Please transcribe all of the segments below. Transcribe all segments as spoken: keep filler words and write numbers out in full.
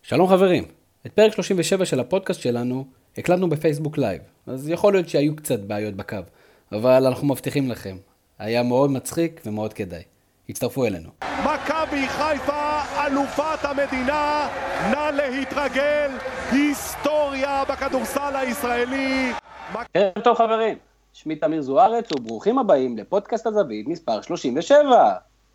שלום חברים, את פרק שלושים ושבע של הפודקאסט שלנו הקלטנו בפייסבוק לייב, אז יכול להיות שהיו קצת בעיות בקו, אבל אנחנו מבטיחים לכם, היה מאוד מצחיק ומאוד כדאי. הצטרפו אלינו. מכבי חיפה, אלופת המדינה, נא להתרגל, היסטוריה בכדורסל הישראלי. ערב טוב חברים, שמי תמיר זוארץ וברוכים הבאים לפודקאסט הזווית מספר שלושים ושבע.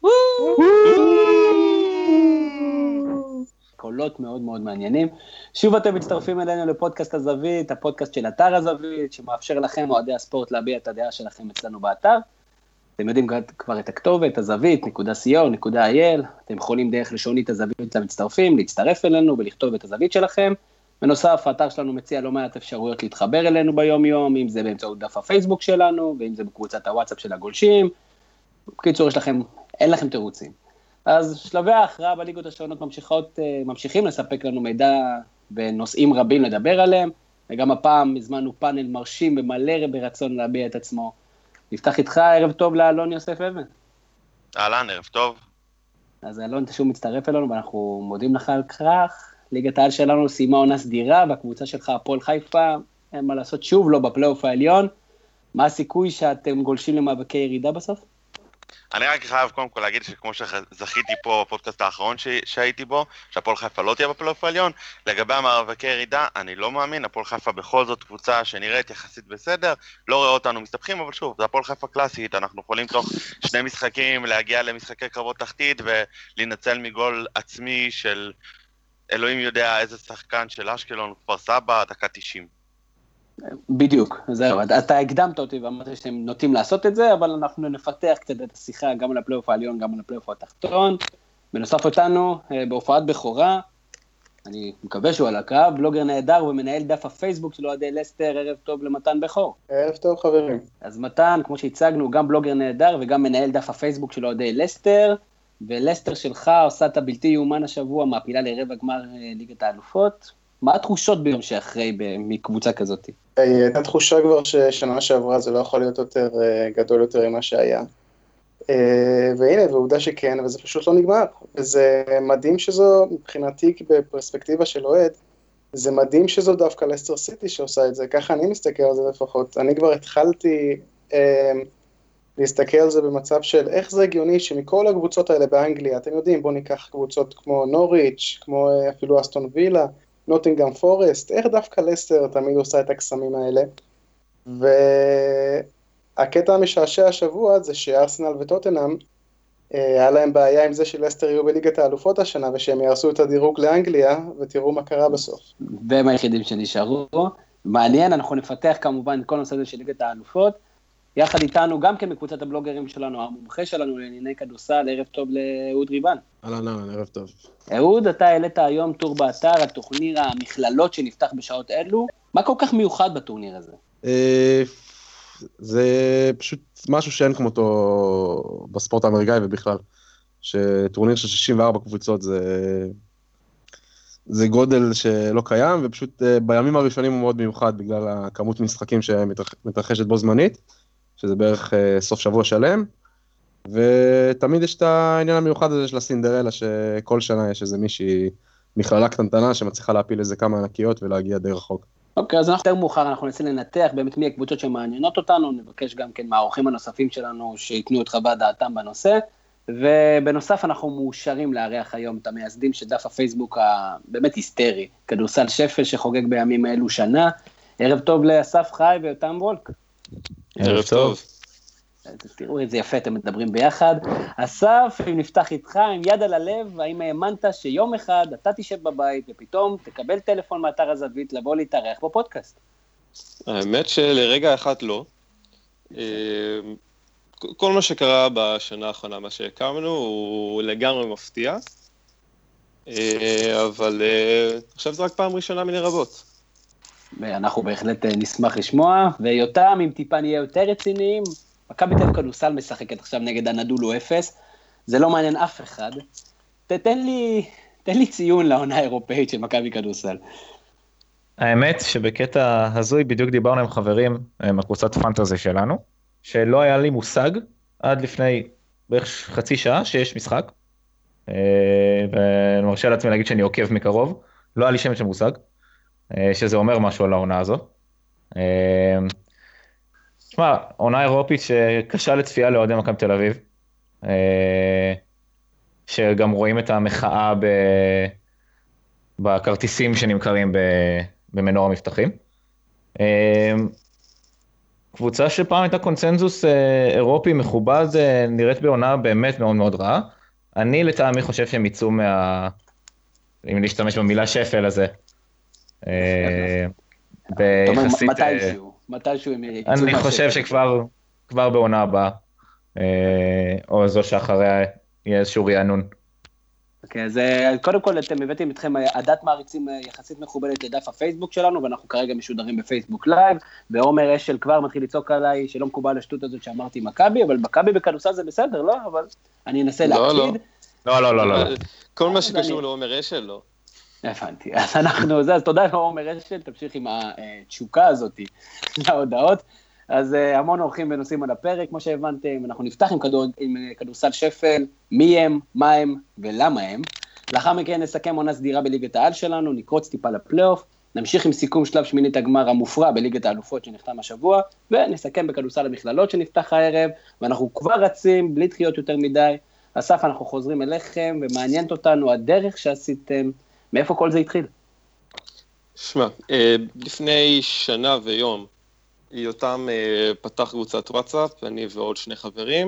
קולות מאוד מאוד מעניינים. שוב אתם מצטרפים אלינו לפודקאסט הזווית, הפודקאסט של אתר הזווית, שמאפשר לכם, אוהדי הספורט, להביע את הדעה שלכם אצלנו באתר. אתם יודעים כבר את הכתובת, הזווית, נקודה סי או, נקודה איי אל, אתם יכולים דרך לשונית הזווית למצטרפים, להצטרף אלינו ולכתוב את הזווית שלכם. בנוסף, האתר שלנו מציע לא מעט אפשרויות להתחבר אלינו ביום יום, אם זה באמצעות דף הפייסבוק שלנו, ואם זה בקבוצת הוואטסאפ של הגולשים. בקיצור, יש לכם, אין לכם תירוצים. אז שלבי ההכרעה בליגות השונות ממשיכות, ממשיכים לספק לנו מידע בנושאים רבים לדבר עליהם, וגם הפעם הזמנו פאנל מרשים ומלא ברצון להביע את עצמו. נפתח איתך, ערב טוב לאלון יוסף אבן. אהלן, ערב טוב. אז אלון, אתה שוב מצטרף אלינו, ואנחנו מודים לך על כך. ליגת העל שלנו סיימה עונה סדירה, והקבוצה שלך, הפועל חיפה, אין מה לעשות שוב, לא בפלייאוף העליון. מה הסיכוי שאתם גולשים למאבקי ירידה בסוף? אני רק חייב קודם כל להגיד שכמו שזכיתי פה בפודקאסט האחרון ש... שהייתי בו, שהפועל חיפה לא תהיה בפלייאוף העליון, לגבי המאבקי ירידה, אני לא מאמין, הפועל חיפה בכל זאת קבוצה שנראית יחסית בסדר, לא רואה אותנו מסתבכים, אבל שוב, זה הפועל חיפה קלאסית, אנחנו יכולים תוך שני משחקים להגיע למשחקי קרבות תחתית, ולנצל מגול עצמי של אלוהים יודע איזה שחקן של אשקלון, כפר סבא, דקה תשעים. בדיוק, זהו, אתה הקדמת אותי ואמרת שאתם נוטים לעשות את זה, אבל אנחנו נפתח קצת את השיחה גם על הפלייאוף העליון, גם על הפלייאוף התחתון. בנוסף אותנו, בהופעת בכורה, אני מקווה שהוא על הקו, בלוגר נהדר ומנהל דף הפייסבוק של אוהדי לסטר. ערב טוב למתן בכור. ערב טוב חברים. אז מתן, כמו שהצגנו, גם בלוגר נהדר וגם מנהל דף הפייסבוק של אוהדי לסטר, ולסטר שלך עושה את הבלתי יאומן השבוע, מעפילה לרבע גמר ליגת האלופות. מה התחושות ביום שאחרי מקבוצה כזאת? הייתה תחושה כבר ששנה שעברה זה לא יכול להיות יותר גדול יותר ממה שהיה. והנה, ועובדה שכן, וזה פשוט לא נגמר. וזה מדהים שזו, מבחינתי בפרספקטיבה של אוהד, זה מדהים שזו דווקא לסטר סיטי שעושה את זה. ככה אני מסתכל על זה לפחות. אני כבר התחלתי אה, להסתכל על זה במצב של איך זה הגיוני שמכל הקבוצות האלה באנגליה, אתם יודעים, בואו ניקח קבוצות כמו נוריץ', כמו אפילו אסטון וילה, נוטינגהאם פורסט, איך דווקא לסטר תמיד עושה את הקסמים האלה. והקטע המשעשע השבוע זה שארסנל וטוטנהאם, היה להם בעיה עם זה שלסטר יהיו בליגת האלופות השנה, ושהם יעשו את הדירוג לאנגליה, ותראו מה קרה בסוף. והם היחידים שנשארו. מעניין, אנחנו נפתח כמובן כל נושא הזה של ליגת האלופות, יחד איתנו גם כן מקבוצת הבלוגרים שלנו, המומחה שלנו לענייני כדורסל. ערב טוב לאהוד ריבן. אהלן, אהלן, ערב טוב. אהוד, אתה העלית היום טור באתר, הטורניר המכללות שנפתח בשעות אלו. מה כל כך מיוחד בטורניר הזה? זה פשוט משהו שאין כמותו בספורט האמריקאי ובכלל. שטורניר של שישים וארבע קבוצות זה, זה גודל שלא קיים, ופשוט בימים הראשונים הוא מאוד מיוחד בגלל הכמות משחקים שמתרחשת בו זמנית, שזה בערך סוף שבוע שלם. ותמיד יש את העניין המיוחד הזה של הסינדרלה, שכל שנה יש איזה מישהי מכללה קטנטנה שמצליחה להפיל איזה כמה ענקיות ולהגיע די רחוק. אוקיי, אז אנחנו יותר מאוחר, אנחנו ננסה לנתח באמת מי הקבוצות שמעניינות אותנו, נבקש גם כן מהאורחים הנוספים שלנו שיתנו את חוות דעתם בנושא, ובנוסף אנחנו מאושרים לארח היום את המייסדים של דף הפייסבוק הבאמת היסטרי, כדורסל שפל שחוגג בימים האלו שנה. ערב טוב לאסף חי ויותם וולק. ערב טוב. תראו איזה יפה, אתם מדברים ביחד. אסף, אם נפתח איתך עם יד על הלב, האם האמנת שיום אחד אתה תשב בבית ופתאום תקבל טלפון מאתר הזווית לבוא להתארח בפודקאסט? האמת שלרגע אחד לא. כל מה שקרה בשנה האחרונה, מה שהקמנו, הוא לגמרי מפתיע. אבל עכשיו זה רק פעם ראשונה מיני רבות. ואנחנו בהחלט נשמח לשמוע, ויותם, אם טיפה נהיה יותר רציניים, מכבי תל אביב כדורסל משחקת עכשיו נגד הנדולו אפס, זה לא מעניין אף אחד. תתן לי, תן לי ציון לעונה האירופאית של מכבי כדורסל. האמת שבקטע הזוי בדיוק דיברנו עם חברים מהקבוצת פנטזי שלנו, שלא היה לי מושג עד לפני בערך חצי שעה שיש משחק, ואני מרשה לעצמי להגיד שאני עוקב מקרוב, לא היה לי שמץ של מושג, שזה אומר משהו על העונה הזו. תשמע, עונה אירופית שקשה לצפייה לאוהדי מכבי תל אביב, שגם רואים את המחאה בכרטיסים שנמכרים במנור המבטחים. קבוצה שפעם הייתה קונצנזוס אירופי מכובד, נראית בעונה באמת מאוד מאוד רעה. אני לטעמי חושב שהם יצאו מה... אם להשתמש במילה שפל הזה. ביחסית... מתישהו, מתישהו הם יצאו מהשפל. אני חושב שכבר כבר בעונה הבאה, או זו שאחריה יהיה איזשהו רענון. אוקיי, אז קודם כל אתם הבאתם אתכם עדת מעריצים יחסית מכובדת לדף הפייסבוק שלנו, ואנחנו כרגע משודרים בפייסבוק לייב, ועומר אשל כבר מתחיל לצעוק עליי שלא מקובל השטות הזאת שאמרתי מכבי, אבל מכבי בכדורסל זה בסדר, לא? אבל אני אנסה להקפיד. לא, לא, לא, לא. כל מה שקשור לעומר אשל, לא. הבנתי, אז אנחנו, אז תודה לעומר אשל, תמשיך עם התשוקה הזאת להודעות. אז המון אורחים ונושאים על הפרק, כמו שהבנתם, אנחנו נפתח עם, כדור, עם כדורסל שפל, מי הם, מה הם ולמה הם. לאחר מכן נסכם עונה סדירה בליגת העל שלנו, נקרוץ טיפה לפלייאוף, נמשיך עם סיכום שלב שמינית הגמר המופרע בליגת האלופות שנחתם השבוע, ונסכם בכדורסל המכללות שנפתח הערב, ואנחנו כבר רצים בלי דחיות יותר מדי. אסף, אנחנו חוזרים אליכם, ומעניינת אותנו הדרך שעשיתם, מאיפה כל זה התחיל? שמע, לפני שנה ויום, יותם פתח קבוצת וואטסאפ, אני ועוד שני חברים,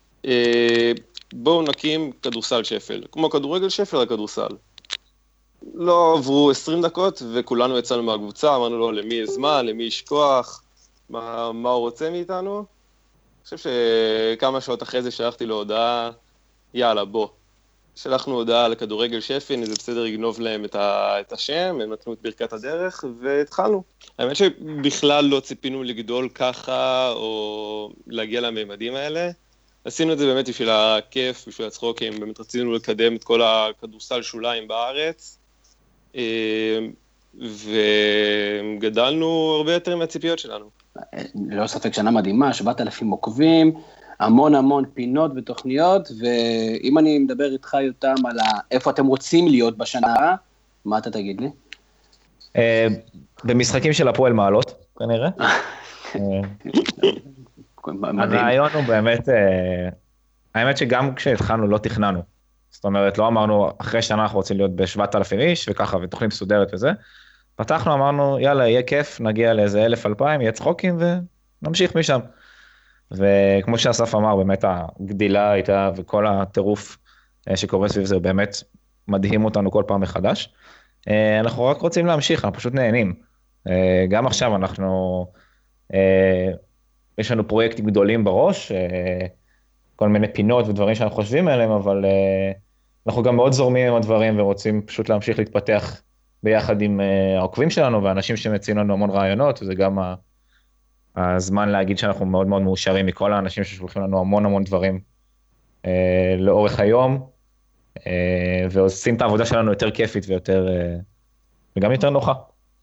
בואו נקים כדורסל שפל, כמו כדורגל שפל הכדורסל. לא עברו עשרים דקות וכולנו יצאנו מהקבוצה, אמרנו לו למי יש זמן, למי יש כוח, מה, מה הוא רוצה מאיתנו. אני חושב שכמה שעות אחרי זה שלחתי לו הודעה, יאללה בוא. שלחנו הודעה לכדורגל שפל, זה בסדר יגנוב להם את, ה, את השם, הם נתנו את ברכת הדרך והתחלנו. האמת שבכלל לא ציפינו לגדול ככה או להגיע לממדים האלה. עשינו את זה באמת בשביל הכיף, בשביל הצחוקים, באמת רצינו לקדם את כל הכדורסל שוליים בארץ, וגדלנו הרבה יותר מהציפיות שלנו. לא ספק שנה מדהימה, שבעת אלפים עוקבים, המון המון פינות ותוכניות, ואם אני מדבר איתך יותם על איפה אתם רוצים להיות בשנה, מה אתה תגיד לי? במשחקים של הפועל מעלות, כנראה. הרעיון הוא באמת, האמת שגם כשהתחלנו לא תכננו, זאת אומרת לא אמרנו אחרי שנה אנחנו רוצים להיות בשבעת אלפים איש וככה ותוכנית מסודרת וזה, פתחנו אמרנו יאללה יהיה כיף, נגיע לאיזה אלף אלפיים, יהיה צחוקים ונמשיך משם. וכמו שאסף אמר באמת הגדילה הייתה וכל הטירוף שקורה סביב זה באמת מדהים אותנו כל פעם מחדש. אנחנו רק רוצים להמשיך, אנחנו פשוט נהנים. גם עכשיו אנחנו, יש לנו פרויקטים גדולים בראש, כל מיני פינות ודברים שאנחנו חושבים עליהם, אבל אנחנו גם מאוד זורמים עם הדברים ורוצים פשוט להמשיך להתפתח ביחד עם העוקבים שלנו ואנשים שמציעים לנו המון רעיונות, וזה גם הזמן להגיד שאנחנו מאוד מאוד מאושרים מכל האנשים ששולחים לנו המון המון דברים לאורך היום, ועושים את העבודה שלנו יותר כיפית ויותר, וגם יותר נוחה.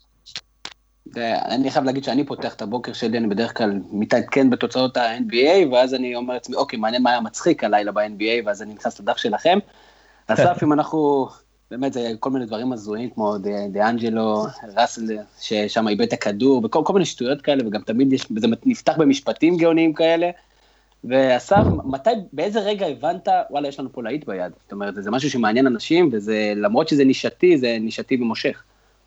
אני חייב להגיד שאני פותח את הבוקר שלי, אני בדרך כלל מתעדכן בתוצאות ה-אן בי איי, ואז אני אומר לעצמי, אוקיי, מעניין מה היה מצחיק הלילה ב-אן בי איי, ואז אני נכנס לדף שלכם. אסף, אם אנחנו, באמת זה כל מיני דברים הזויים, כמו דיאנג'לו, ראסל, ששם איבד את הכדור, וכל כל מיני שטויות כאלה, וגם תמיד יש, וזה נפתח במשפטים גאוניים כאלה. ואסף, מתי, באיזה רגע הבנת, וואלה, יש לנו פה להיט ביד? זאת אומרת, זה משהו שמעניין אנשים, וזה, למרות שזה נישתי, זה נישתי ומושך.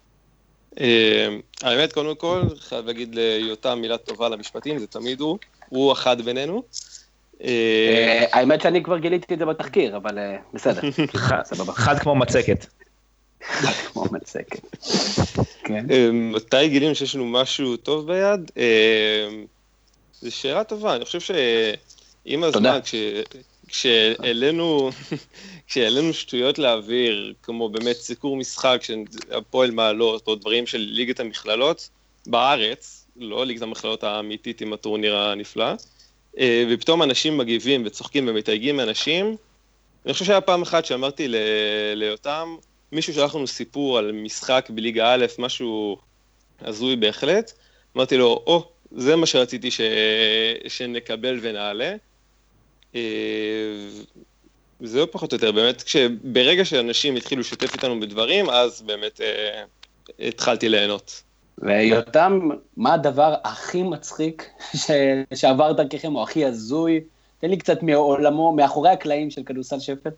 האמת, קודם כל, חייב להגיד ליותם מילה טובה למשפטים, זה תמיד הוא, הוא אחד בינינו. האמת שאני כבר גיליתי את זה בתחקיר, אבל בסדר. חד כמו מצקת. חד כמו מצקת. מתי גילים שיש לנו משהו טוב ביד? זו שאלה טובה, אני חושב שעם הזמן, כשאלינו, כשאלינו שטויות להעביר, כמו באמת סיקור משחק של הפועל מעלות, או דברים של ליגת המכללות בארץ, לא ליגת המכללות האמיתית עם הטורניר הנפלא, ופתאום אנשים מגיבים וצוחקים ומתייגים מאנשים. אני חושב שהיה פעם אחת שאמרתי ליותם, מישהו שלח לנו סיפור על משחק בליגה א', משהו הזוי בהחלט, אמרתי לו, או, זה מה שרציתי ש... שנקבל ונעלה. זהו פחות או יותר, באמת, ברגע שאנשים התחילו לשתף איתנו בדברים, אז באמת אה, התחלתי ליהנות. ויותם, מה הדבר הכי מצחיק ש... שעבר דרככם, או הכי הזוי? תן לי קצת מעולמו, מאחורי הקלעים של כדורסל שפט.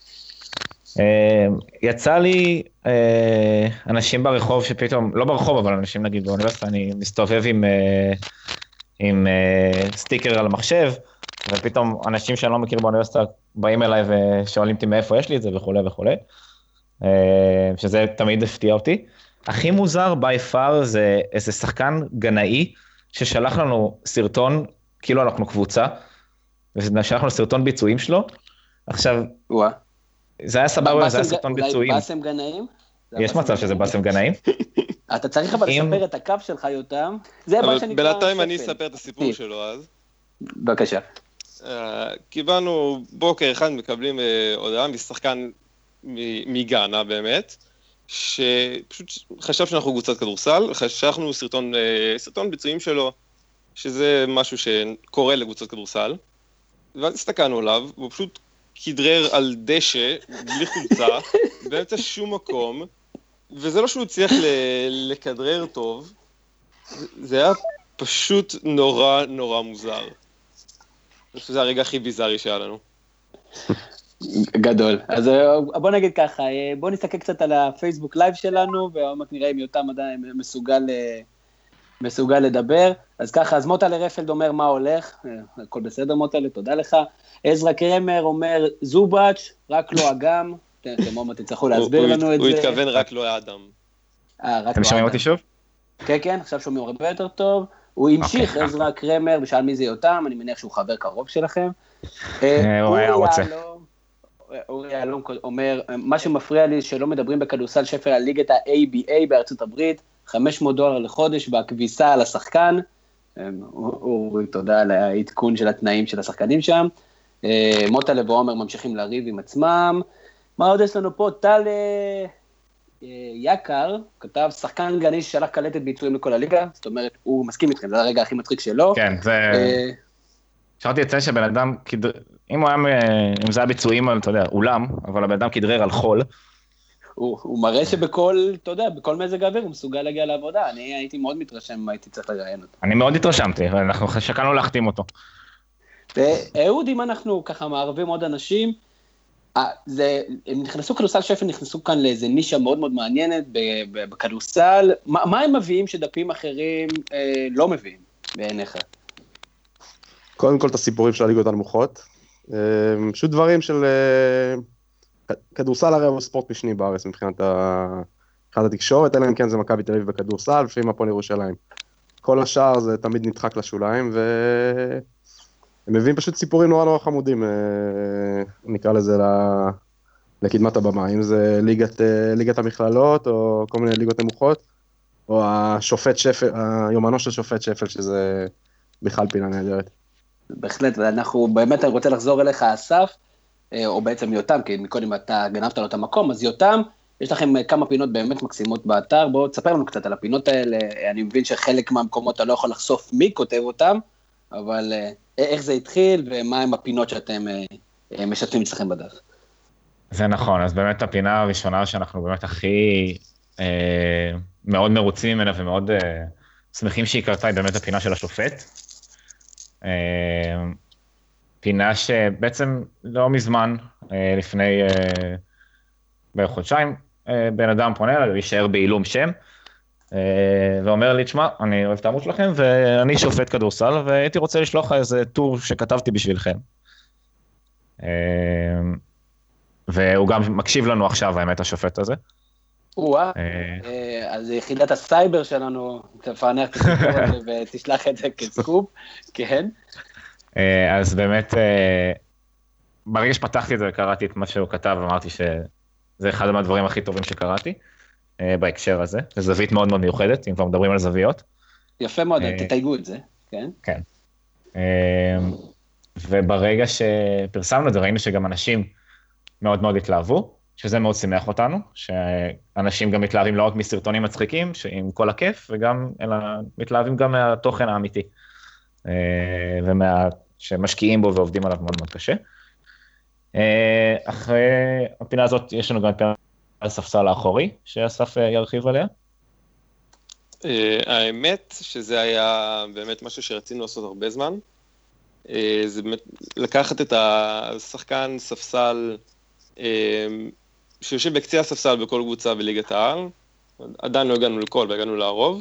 יצא לי אנשים ברחוב שפתאום, לא ברחוב, אבל אנשים נגיד באוניברסיטה, אני מסתובב עם, עם סטיקר על המחשב, ופתאום אנשים שאני לא מכיר באוניברסיטה באים אליי ושואלים אותי מאיפה יש לי את זה וכו' וכו', שזה תמיד הפתיע אותי. הכי מוזר by far זה איזה שחקן גנאי ששלח לנו סרטון, כאילו אנחנו קבוצה, ושלח לנו סרטון ביצועים שלו. עכשיו, וואה. זה היה סבבה, זה היה סרטון ביצועים. אולי בסם גנאים? יש מצב שזה בסם גנאים. אתה צריך אבל לספר את הקו שלך, יותם. זה מה שנקרא... בינתיים אני אספר את הסיפור שלו אז. בבקשה. קיבלנו בוקר אחד, מקבלים הודעה משחקן מגאנה באמת, שפשוט חשב שאנחנו קבוצת כדורסל, חשבנו סרטון, סרטון ביצועים שלו, שזה משהו שקורה לקבוצת כדורסל, ואז הסתכלנו עליו, והוא פשוט כדרר על דשא, בלי חולצה, באמצע שום מקום, וזה לא שהוא הצליח לכדרר טוב, זה היה פשוט נורא נורא מוזר. זה הרגע הכי ביזרי שהיה לנו. גדול. אז בוא נגיד ככה, בוא נסתכל קצת על הפייסבוק לייב שלנו, ועוד נראה אם יותם עדיין מסוגל, מסוגל לדבר. אז ככה, אז מוטלה רפלד אומר מה הולך, הכל בסדר מוטלה, תודה לך. עזרא קרמר אומר זובאץ', רק לא אגם, אתם עוד תצטרכו להסביר לנו את זה. הוא התכוון רק לא האדם. אתם שומעים אותי שוב? כן, כן, עכשיו שומעים הרבה יותר טוב. הוא המשיך, עזרא קרמר, ושאל מי זה יותם, אני מניח שהוא חבר קרוב שלכם. הוא היה רוצה. אורי אלון אומר, מה שמפריע לי שלא מדברים בכדורסל שפל על ליגת ה-איי בי איי בארצות הברית, חמש מאות דולר לחודש בכביסה על השחקן, אורי, תודה על העדכון של התנאים של השחקנים שם, מוטלה ועומר ממשיכים לריב עם עצמם, מה עוד יש לנו פה? טל יקר, כתב שחקן גני ששלח קלטת ביצועים לכל הליגה, זאת אומרת, הוא מסכים איתכם, זה הרגע הכי מצחיק שלו. כן, זה... שרתי לציין שבן אדם, אם הוא היה, אם זה היה ביצועים על, אתה יודע, אולם, אבל הבן אדם כדרר על חול. הוא, הוא מראה שבכל, אתה יודע, בכל מזג האוויר הוא מסוגל להגיע לעבודה, אני הייתי מאוד מתרשם אם הייתי צריך לראיין אותו. אני מאוד התרשמתי, ואנחנו שקלנו להחתים אותו. ואהוד, אם אנחנו ככה מערבים עוד אנשים, זה, הם נכנסו, כדורסל שפל נכנסו כאן לאיזה נישה מאוד מאוד מעניינת בכדורסל, מה, מה הם מביאים שדפים אחרים אה, לא מביאים בעיניך? קודם כל את הסיפורים של הליגות הנמוכות, פשוט דברים של כדורסל, הרי הוא ספורט משני בארץ מבחינת התקשורת, אלא אם כן זה מכבי תל אביב בכדורסל, לפעמים הפועל ירושלים. כל השאר זה תמיד נדחק לשוליים, והם מביאים פשוט סיפורים נורא נורא חמודים, נקרא לזה לקדמת הבמה, אם זה ליגת, ליגת המכללות, או כל מיני ליגות נמוכות, או השופט שפל, היומנו של שופט שפל, שזה בכלל פינה נהדרת. בהחלט, ואנחנו באמת, אני רוצה לחזור אליך, אסף, או בעצם יותם, כי מקודם אתה גנבת לו את המקום, אז יותם, יש לכם כמה פינות באמת מקסימות באתר, בואו תספר לנו קצת על הפינות האלה, אני מבין שחלק מהמקומות אתה לא יכול לחשוף מי כותב אותם, אבל איך זה התחיל, ומה הם הפינות שאתם משתפים אצלכם בדף. זה נכון, אז באמת הפינה הראשונה שאנחנו באמת הכי אה, מאוד מרוצים ממנה, ומאוד אה, שמחים שהיא קרתה, היא באמת הפינה של השופט, פינה שבעצם לא מזמן, לפני בערך חודשיים, בן אדם פונה אליי, להישאר בעילום שם, ואומר לי, תשמע, אני אוהב את העמוד שלכם, ואני שופט כדורסל, והייתי רוצה לשלוח איזה טור שכתבתי בשבילכם. והוא גם מקשיב לנו עכשיו, האמת, השופט הזה. וואה, אז יחידת הסייבר שלנו, תפענח את הסיפור הזה ותשלח את זה כסקופ, כן. אז באמת, ברגע שפתחתי את זה וקראתי את מה שהוא כתב, אמרתי שזה אחד מהדברים הכי טובים שקראתי, בהקשר הזה, זו זווית מאוד מאוד מיוחדת, אם כבר מדברים על זוויות. יפה מאוד, תתייגו את זה, כן. כן. וברגע שפרסמנו את זה, ראינו שגם אנשים מאוד מאוד התלהבו, שזה מאוד שימח אותנו, שאנשים גם מתלהבים לא רק מסרטונים מצחיקים, עם כל הכיף, וגם, אלא מתלהבים גם מהתוכן האמיתי, ומה, שמשקיעים בו ועובדים עליו מאוד מאוד קשה. אחרי הפינה הזאת יש לנו גם פינה על ספסל האחורי, שאסף ירחיב עליה. האמת שזה היה באמת משהו שרצינו לעשות הרבה זמן. זה באמת לקחת את השחקן ספסל שיושב בקצה הספסל בכל קבוצה בליגת העל, עדיין לא הגענו לכל והגענו לרוב,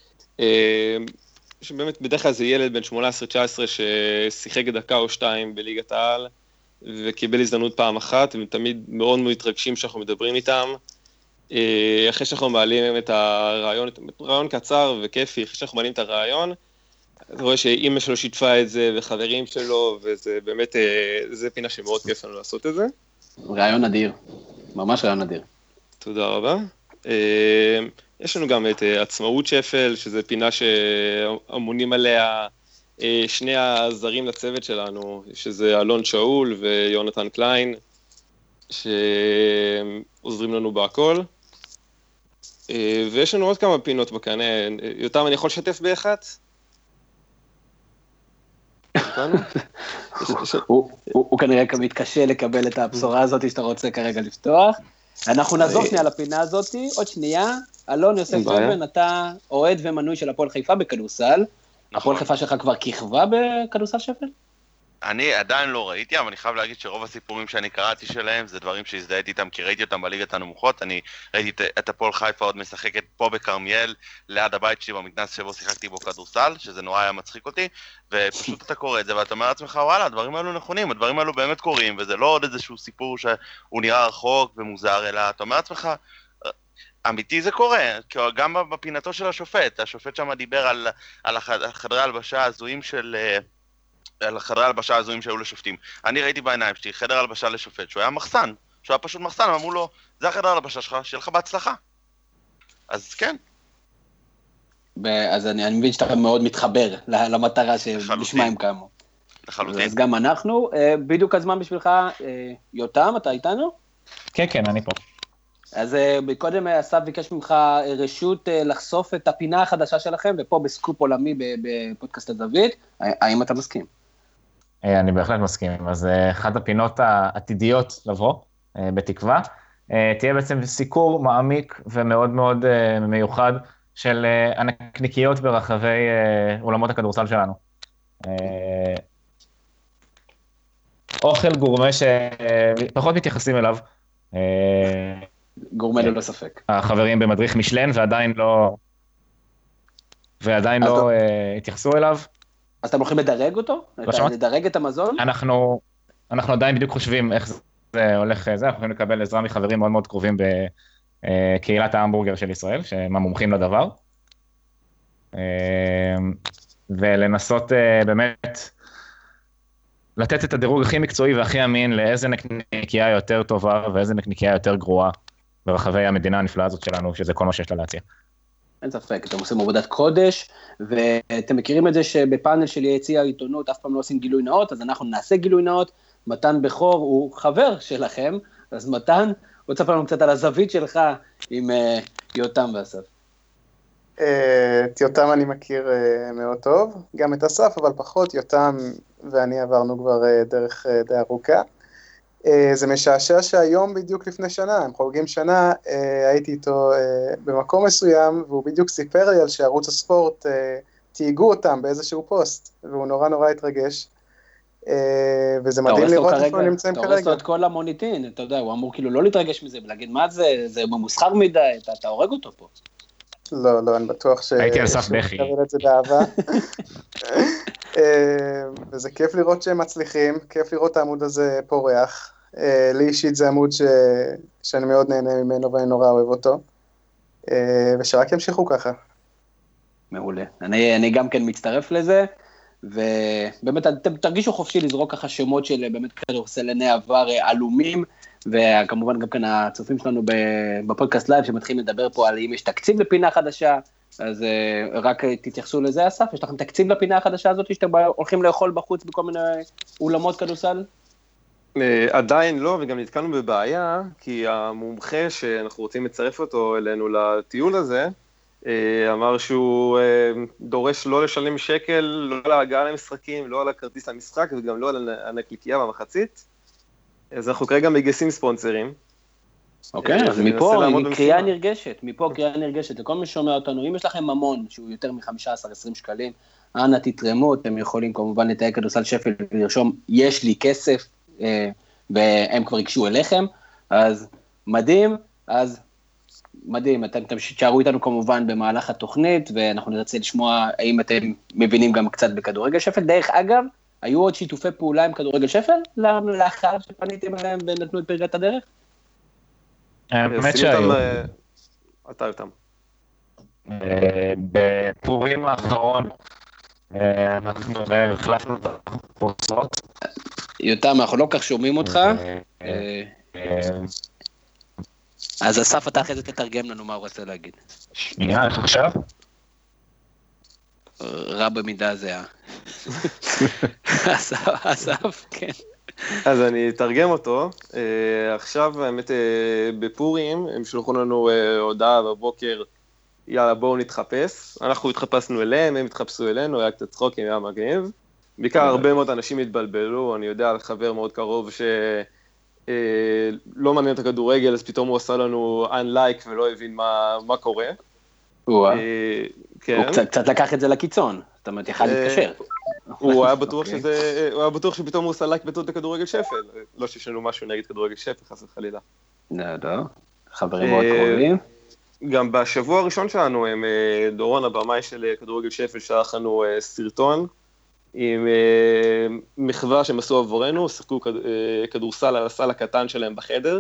שבאמת בדרך כלל זה ילד בן שמונה עשרה תשע עשרה ששיחק דקה או שתיים בליגת העל, וקיבל הזדמנות פעם אחת, ותמיד מאוד מאוד מתרגשים שאנחנו מדברים איתם, אחרי שאנחנו מעלים את הרעיון, רעיון קצר וכיפי, אחרי שאנחנו מעלים את הרעיון, אתה רואה שאימא שלו שיתפה את זה, וחברים שלו, וזה באמת, זה פינה שמאוד כיף לנו לעשות את זה. רעיון אדיר, ממש רעיון אדיר. תודה רבה. יש לנו גם את עצמאות שפל, שזה פינה שאמונים עליה שני הזרים לצוות שלנו, שזה אלון שאול ויונתן קליין, שעוזרים לנו בהכל. ויש לנו עוד כמה פינות בקנה. יותם, אני יכול לשתף באחת? הוא כנראה מתקשה לקבל את הבשורה הזאת שאתה רוצה כרגע לפתוח. אנחנו נעזור שנייה לפינה הזאת, עוד שנייה. אלון יוסף ג'ובן, אתה אוהד ומנוי של הפועל חיפה בכדורסל. הפועל חיפה שלך כבר כיכבה בכדורסל שפל? אני עדיין לא ראיתי, אבל אני חייב להגיד שרוב הסיפורים שאני קראתי שלהם, זה דברים שהזדהיתי איתם, כי ראיתי אותם בליגת הנמוכות. אני ראיתי את הפועל חיפה עוד משחקת פה בכרמיאל, ליד הבית שלי במתנ"ס שבו שיחקתי בו כדורסל, שזה נורא היה מצחיק אותי, ופשוט אתה קורא את זה, ואתה אומר לעצמך, וואלה, הדברים האלו נכונים, הדברים האלו באמת קורים, וזה לא עוד איזשהו סיפור שהוא נראה רחוק ומוזר, אלא אתה אומר לעצמך, אמיתי זה קורה, גם בפינתו של השופט, השופט שם דיבר על, על החדרי הלבשה הזויים של... על חדרי הלבשה הזויים שהיו לשופטים. אני ראיתי בעיניים שלי חדר הלבשה לשופט, שהוא היה מחסן, שהוא היה פשוט מחסן, אמרו לו, זה החדר הלבשה שלך, שיהיה לך בהצלחה. אז כן. אז אני מבין שאתה מאוד מתחבר למטרה שבשמה הם קמו. לחלוטין. אז גם אנחנו, בדיוק הזמן בשבילך, יותם, אתה איתנו? כן, כן, אני פה. אז קודם אסף ביקש ממך רשות לחשוף את הפינה החדשה שלכם, ופה בסקופ עולמי בפודקאסט הזווית, האם אתה מסכים? אני בהחלט מסכים, אז אחת הפינות העתידיות לבוא, בתקווה, תהיה בעצם סיקור מעמיק ומאוד מאוד מיוחד של הנקניקיות ברחבי אולמות הכדורסל שלנו. אוכל גורמה שפחות מתייחסים אליו, גורמה ללא ספק. החברים במדריך משלן ועדיין לא, ועדיין לא התייחסו אליו. אז אתם הולכים לדרג אותו? לדרג את המזון? אנחנו, אנחנו עדיין בדיוק חושבים איך זה הולך, זה, אנחנו יכולים לקבל עזרה מחברים מאוד מאוד קרובים בקהילת ההמבורגר של ישראל, שהם המומחים לדבר. ולנסות באמת לתת את הדירוג הכי מקצועי והכי אמין לאיזה נקניקייה יותר טובה ואיזה נקניקייה יותר גרועה ברחבי המדינה הנפלאה הזאת שלנו, שזה כל מה שיש לה להציע. אין ספק, אתם עושים עבודת קודש, ואתם מכירים את זה שבפאנל של יציע העיתונות אף פעם לא עושים גילוי נאות, אז אנחנו נעשה גילוי נאות. מתן בכור הוא חבר שלכם, אז מתן, בוא תספר לנו קצת על הזווית שלך עם יותם ואסף. את יותם אני מכיר מאוד טוב, גם את אסף, אבל פחות. יותם ואני עברנו כבר דרך די ארוכה. זה משעשע שהיום בדיוק לפני שנה, הם חוגגים שנה, הייתי איתו במקום מסוים, והוא בדיוק סיפר לי על שערוץ הספורט תייגו אותם באיזשהו פוסט, והוא נורא נורא התרגש, וזה מדהים לראות איפה הם נמצאים כרגע. אתה הורס לו את כל המוניטין, אתה יודע, הוא אמור כאילו לא להתרגש מזה, ולהגיד מה זה, זה ממוסחר מדי, אתה הורג אותו פה. לא, לא, אני בטוח ש... הייתי על סף בכי. שהוא את זה באהבה. וזה כיף לראות שהם מצליחים, כיף לראות את העמוד הזה פורח. לי אישית זה עמוד ש... שאני מאוד נהנה ממנו ואני נורא אוהב אותו. ושרק ימשיכו ככה. מעולה. אני, אני גם כן מצטרף לזה, ובאמת אתם תרגישו חופשי לזרוק ככה שמות של באמת כדורסלני עבר עלומים, וכמובן גם כאן הצופים שלנו בפודקאסט לייב שמתחילים לדבר פה על אם יש תקציב לפינה חדשה, אז רק תתייחסו לזה אסף, יש לכם תקציב לפינה החדשה הזאת שאתם הולכים לאכול בחוץ בכל מיני אולמות כדורסל? עדיין לא, וגם נתקלנו בבעיה, כי המומחה שאנחנו רוצים לצרף אותו אלינו לטיול הזה, אמר שהוא דורש לא לשלם שקל, לא להגעה למשחקים, לא על הכרטיס למשחק, וגם לא על הנקניקייה במחצית. אז אנחנו כרגע מגייסים ספונסרים. אוקיי, אז מפה קריאה נרגשת, מפה קריאה נרגשת, לכל מי שומע אותנו, אם יש לכם ממון שהוא יותר מ-חמישה עשר עשרים שקלים, אנא תתרמו, אתם יכולים כמובן לתייג כדורסל שפילד ולרשום, יש לי כסף, והם כבר יקשו אליכם, אז מדהים, אז מדהים, אתם תשארו איתנו כמובן במהלך התוכנית, ואנחנו נרצה לשמוע האם אתם מבינים גם קצת בכדורגל שפילד. דרך אגב, היו עוד שיתופי פעולה עם כדורגל שפילד, לאחר שפניתם עליהם ונתנו את פרקת הדרך? האמת שהיו. אתה אותם. בפורים האחרון, אנחנו החלפנו את הפרוצות. יותם, אנחנו לא כך שומעים אותך. אז אסף, אתה אחרי זה תתרגם לנו מה הוא רוצה להגיד. שנייה, איך עכשיו? רע במידה זה. אסף, כן. אז אני אתרגם אותו. עכשיו, האמת, בפורים, הם שלחו לנו הודעה בבוקר, יאללה, בואו נתחפש. אנחנו התחפשנו אליהם, הם התחפשו אלינו, היה קצת צחוקים, היה מגניב. בעיקר הרבה מאוד אנשים התבלבלו, אני יודע על חבר מאוד קרוב שלא מעניין את הכדורגל, אז פתאום הוא עשה לנו unlike ולא הבין מה קורה. הוא קצת לקח את זה לקיצון, זאת אומרת, יכל להתקשר. הוא היה בטוח שזה, הוא היה בטוח שפתאום הוא עושה לייק בטעות לכדורגל שפל, לא שיש לנו משהו נגד כדורגל שפל, חס וחלילה. לא, לא, חברים מאוד קרובים. גם בשבוע הראשון שלנו, עם דורון, הבמאי של כדורגל שפל, שלח לנו סרטון, עם מחווה שהם עשו עבורנו, שיחקו כדורסל על הסל הקטן שלהם בחדר,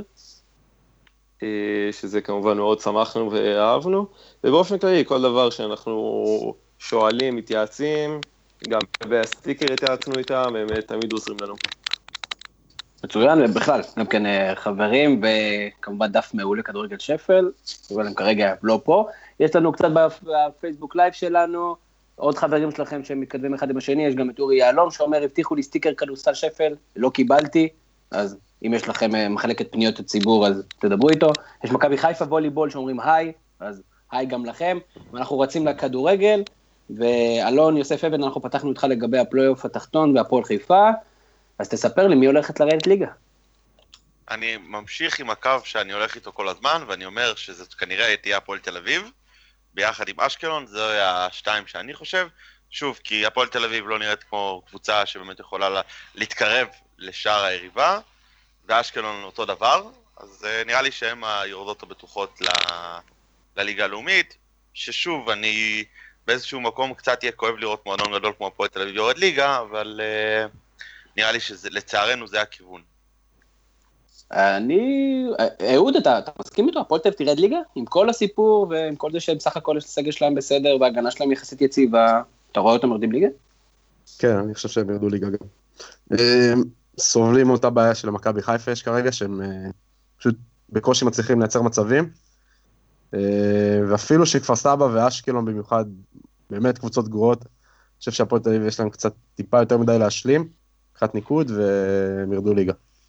שזה כמובן מאוד שמחנו ואהבנו, ובאופן כללי, כל דבר שאנחנו שואלים, מתייעצים, גם בסטיקר התייעצנו איתם, הם תמיד עוזרים לנו. מצוין, בכלל, גם כן חברים, וכמובן דף מעולה כדורגל שפל, אבל הם כרגע לא פה. יש לנו קצת בפייסבוק לייב שלנו, עוד חברים שלכם שהם מתכתבים אחד עם השני, יש גם את אורי יעלום שאומר, הבטיחו לי סטיקר כדורסל שפל, לא קיבלתי, אז אם יש לכם מחלקת פניות הציבור, אז תדברו איתו. יש מכבי חיפה ווליבול שאומרים היי, אז היי גם לכם, ואנחנו רצים לכדורגל, ואלון יוסף אבן, אנחנו פתחנו איתך לגבי הפלייאוף התחתון והפועל חיפה, אז תספר לי מי הולכת לרדת ליגה. אני ממשיך עם הקו שאני הולך איתו כל הזמן, ואני אומר שזאת כנראה תהיה הפועל תל אביב, ביחד עם אשקלון, זו השתיים שאני חושב, שוב, כי הפועל תל אביב לא נראית כמו קבוצה שבאמת יכולה להתקרב לשאר היריבה, ואשקלון אותו דבר, אז נראה לי שהם היורדות הבטוחות ל- לליגה הלאומית, ששוב, אני באיזשהו מקום קצת יהיה כואב לראות מועדון גדול כמו הפועל תל אביב יורד ליגה, אבל uh, נראה לי שלצערנו זה הכיוון. אני, אהוד, אתה, אתה מסכים איתו? הפועל תל אביב תרד ליגה? עם כל הסיפור ועם כל זה שבסך הכל הסגל שלהם בסדר וההגנה שלהם יחסית יציבה, אתה רואה אותם יורדים ליגה? כן, אני חושב שהם ירדו ליגה גם. סובלים אותה בעיה של מכבי חיפה יש כרגע, שהם פשוט בקושי מצליחים לייצר מצבים, ואפילו שכפר סבא ואשקלון במיוחד, באמת קבוצות גרועות, אני חושב שהפועל תל אביב יש להם קצת טיפה יותר מדי להשלים, קחת ניקוד והם ירדו ליגה.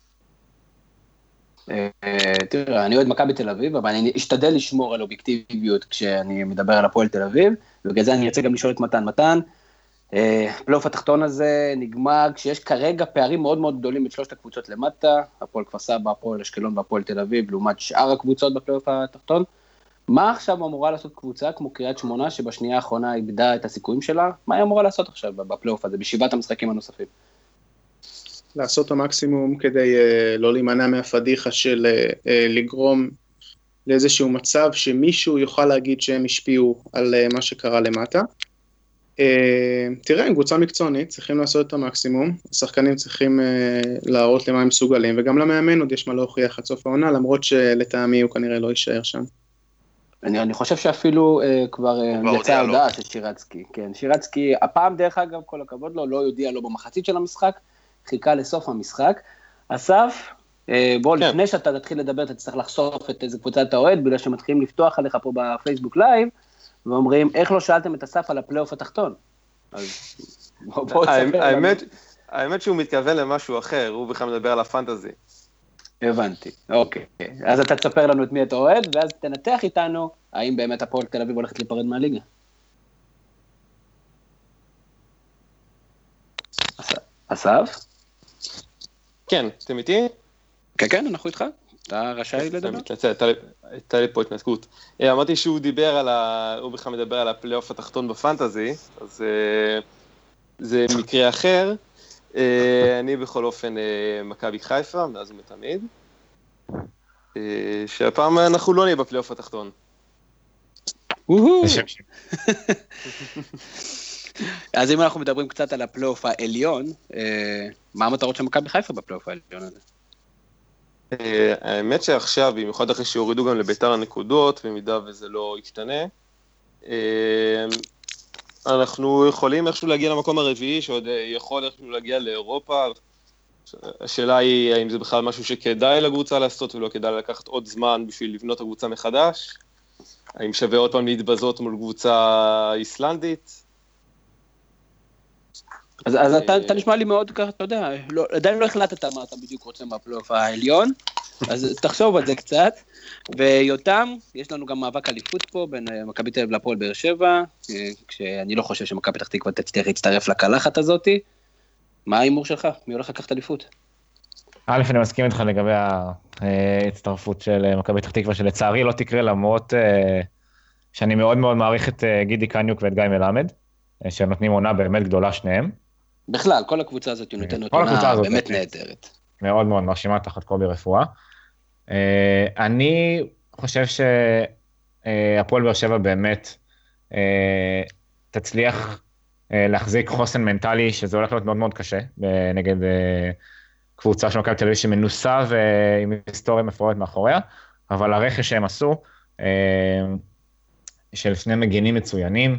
תראה, אני אוהד מכבי תל אביב, אבל אני אשתדל לשמור על אובייקטיביות כשאני מדבר על הפועל תל אביב, ובגלל זה אני רוצה גם לשאול את מתן. מתן, פלייאוף התחתון הזה נגמר כשיש כרגע פערים מאוד מאוד גדולים בין שלושת הקבוצות למטה, הפועל כפר סבא, הפועל אשקלון והפועל תל אביב, לעומת שאר הקבוצות בפלייאוף התחתון. מה עכשיו אמורה לעשות קבוצה כמו קריית שמונה, שבשנייה האחרונה איבדה את הסיכויים שלה? מה היא אמורה לעשות עכשיו בפלייאוף הזה, בשבעת המשחקים הנוספים? לעשות המקסימום כדי uh, לא להימנע מהפדיחה של uh, uh, לגרום לאיזשהו מצב שמישהו יוכל להגיד שהם השפיעו על uh, מה שקרה למטה. Uh, תראה, עם קבוצה מקצוענית צריכים לעשות את המקסימום, השחקנים צריכים uh, להראות למה הם מסוגלים, וגם למאמן עוד יש מה להוכיח עד סוף העונה, למרות שלטעמי הוא כנראה לא יישאר שם. אני, אני חושב שאפילו uh, כבר uh, יצא ההודעה של שירצקי, כן, שירצקי, הפעם דרך אגב, כל הכבוד לו, לא יודיע לו במחצית של המשחק, חיכה לסוף המשחק. אסף, בוא, כן. לפני שאתה תתחיל לדבר, אתה צריך לחשוף את איזה קבוצה אתה אוהד, בגלל שמתחילים לפתוח עליך פה בפייסבוק לייב, ואומרים, איך לא שאלתם את אסף על הפלייאוף התחתון? אז בוא, בוא תספר. האמת, האמת שהוא מתכוון למשהו אחר, הוא בכלל מדבר על הפנטזי. הבנתי, אוקיי. אז אתה תספר לנו את מי אתה אוהד, ואז תנתח איתנו, האם באמת הפועל תל אביב הולכת להיפרד מהליגה. אסף? כן, אתם איתי? כן, כן, אנחנו איתך. אתה רשאי לדבר? מתנצל, הייתה לי פה התנתקות. אמרתי שהוא דיבר על ה... הוא בכלל מדבר על הפלייאוף התחתון בפנטזי, אז זה מקרה אחר. אני בכל אופן מכבי חיפה, מאז ומתמיד. שהפעם אנחנו לא נהיה בפלייאוף התחתון. אז אם אנחנו מדברים קצת על הפלייאוף העליון, מה המטרות של מכבי חיפה בפלייאוף העליון הזה? האמת שעכשיו, במיוחד אחרי שהורידו גם לביתר הנקודות, במידה וזה לא ישתנה, אנחנו יכולים איכשהו להגיע למקום הרביעי, שעוד יכול איכשהו להגיע לאירופה. השאלה היא, האם זה בכלל משהו שכדאי לקבוצה לעשות, ולא כדאי לקחת עוד זמן בשביל לבנות הקבוצה מחדש? האם שווה עוד פעם להתבזות מול קבוצה איסלנדית? אז, אז אתה, אתה נשמע לי מאוד ככה, אתה יודע, לא, עדיין לא החלטת מה אתה בדיוק רוצה מהפלייאוף העליון, אז תחשוב על זה קצת, ויותם, יש לנו גם מאבק אליפות פה, בין מכבי תל אביב להפועל באר שבע, כשאני לא חושב שמכבי פתח תקווה תצטרך להצטרף לקלחת הזאת. מה ההימור שלך? מי הולך לקחת אליפות? א', אני מסכים איתך לגבי ההצטרפות של מכבי פתח תקווה, שלצערי לא תקרה, למרות שאני מאוד מאוד מעריך את גידי קניוק ואת גיא מלמד, שנותנים עונה באמת גדולה שניהם. בכלל, כל הקבוצה הזאת נותנת עונה באמת נהדרת. מאוד מאוד מרשימה תחת קובי רפואה. אני חושב שהפועל באר שבע באמת תצליח להחזיק חוסן מנטלי, שזה הולך להיות מאוד מאוד קשה, נגד קבוצה של מכבי תל אביב שמנוסה ועם היסטוריה מפורטת מאחוריה, אבל הרכש שהם עשו, של שני מגינים מצוינים,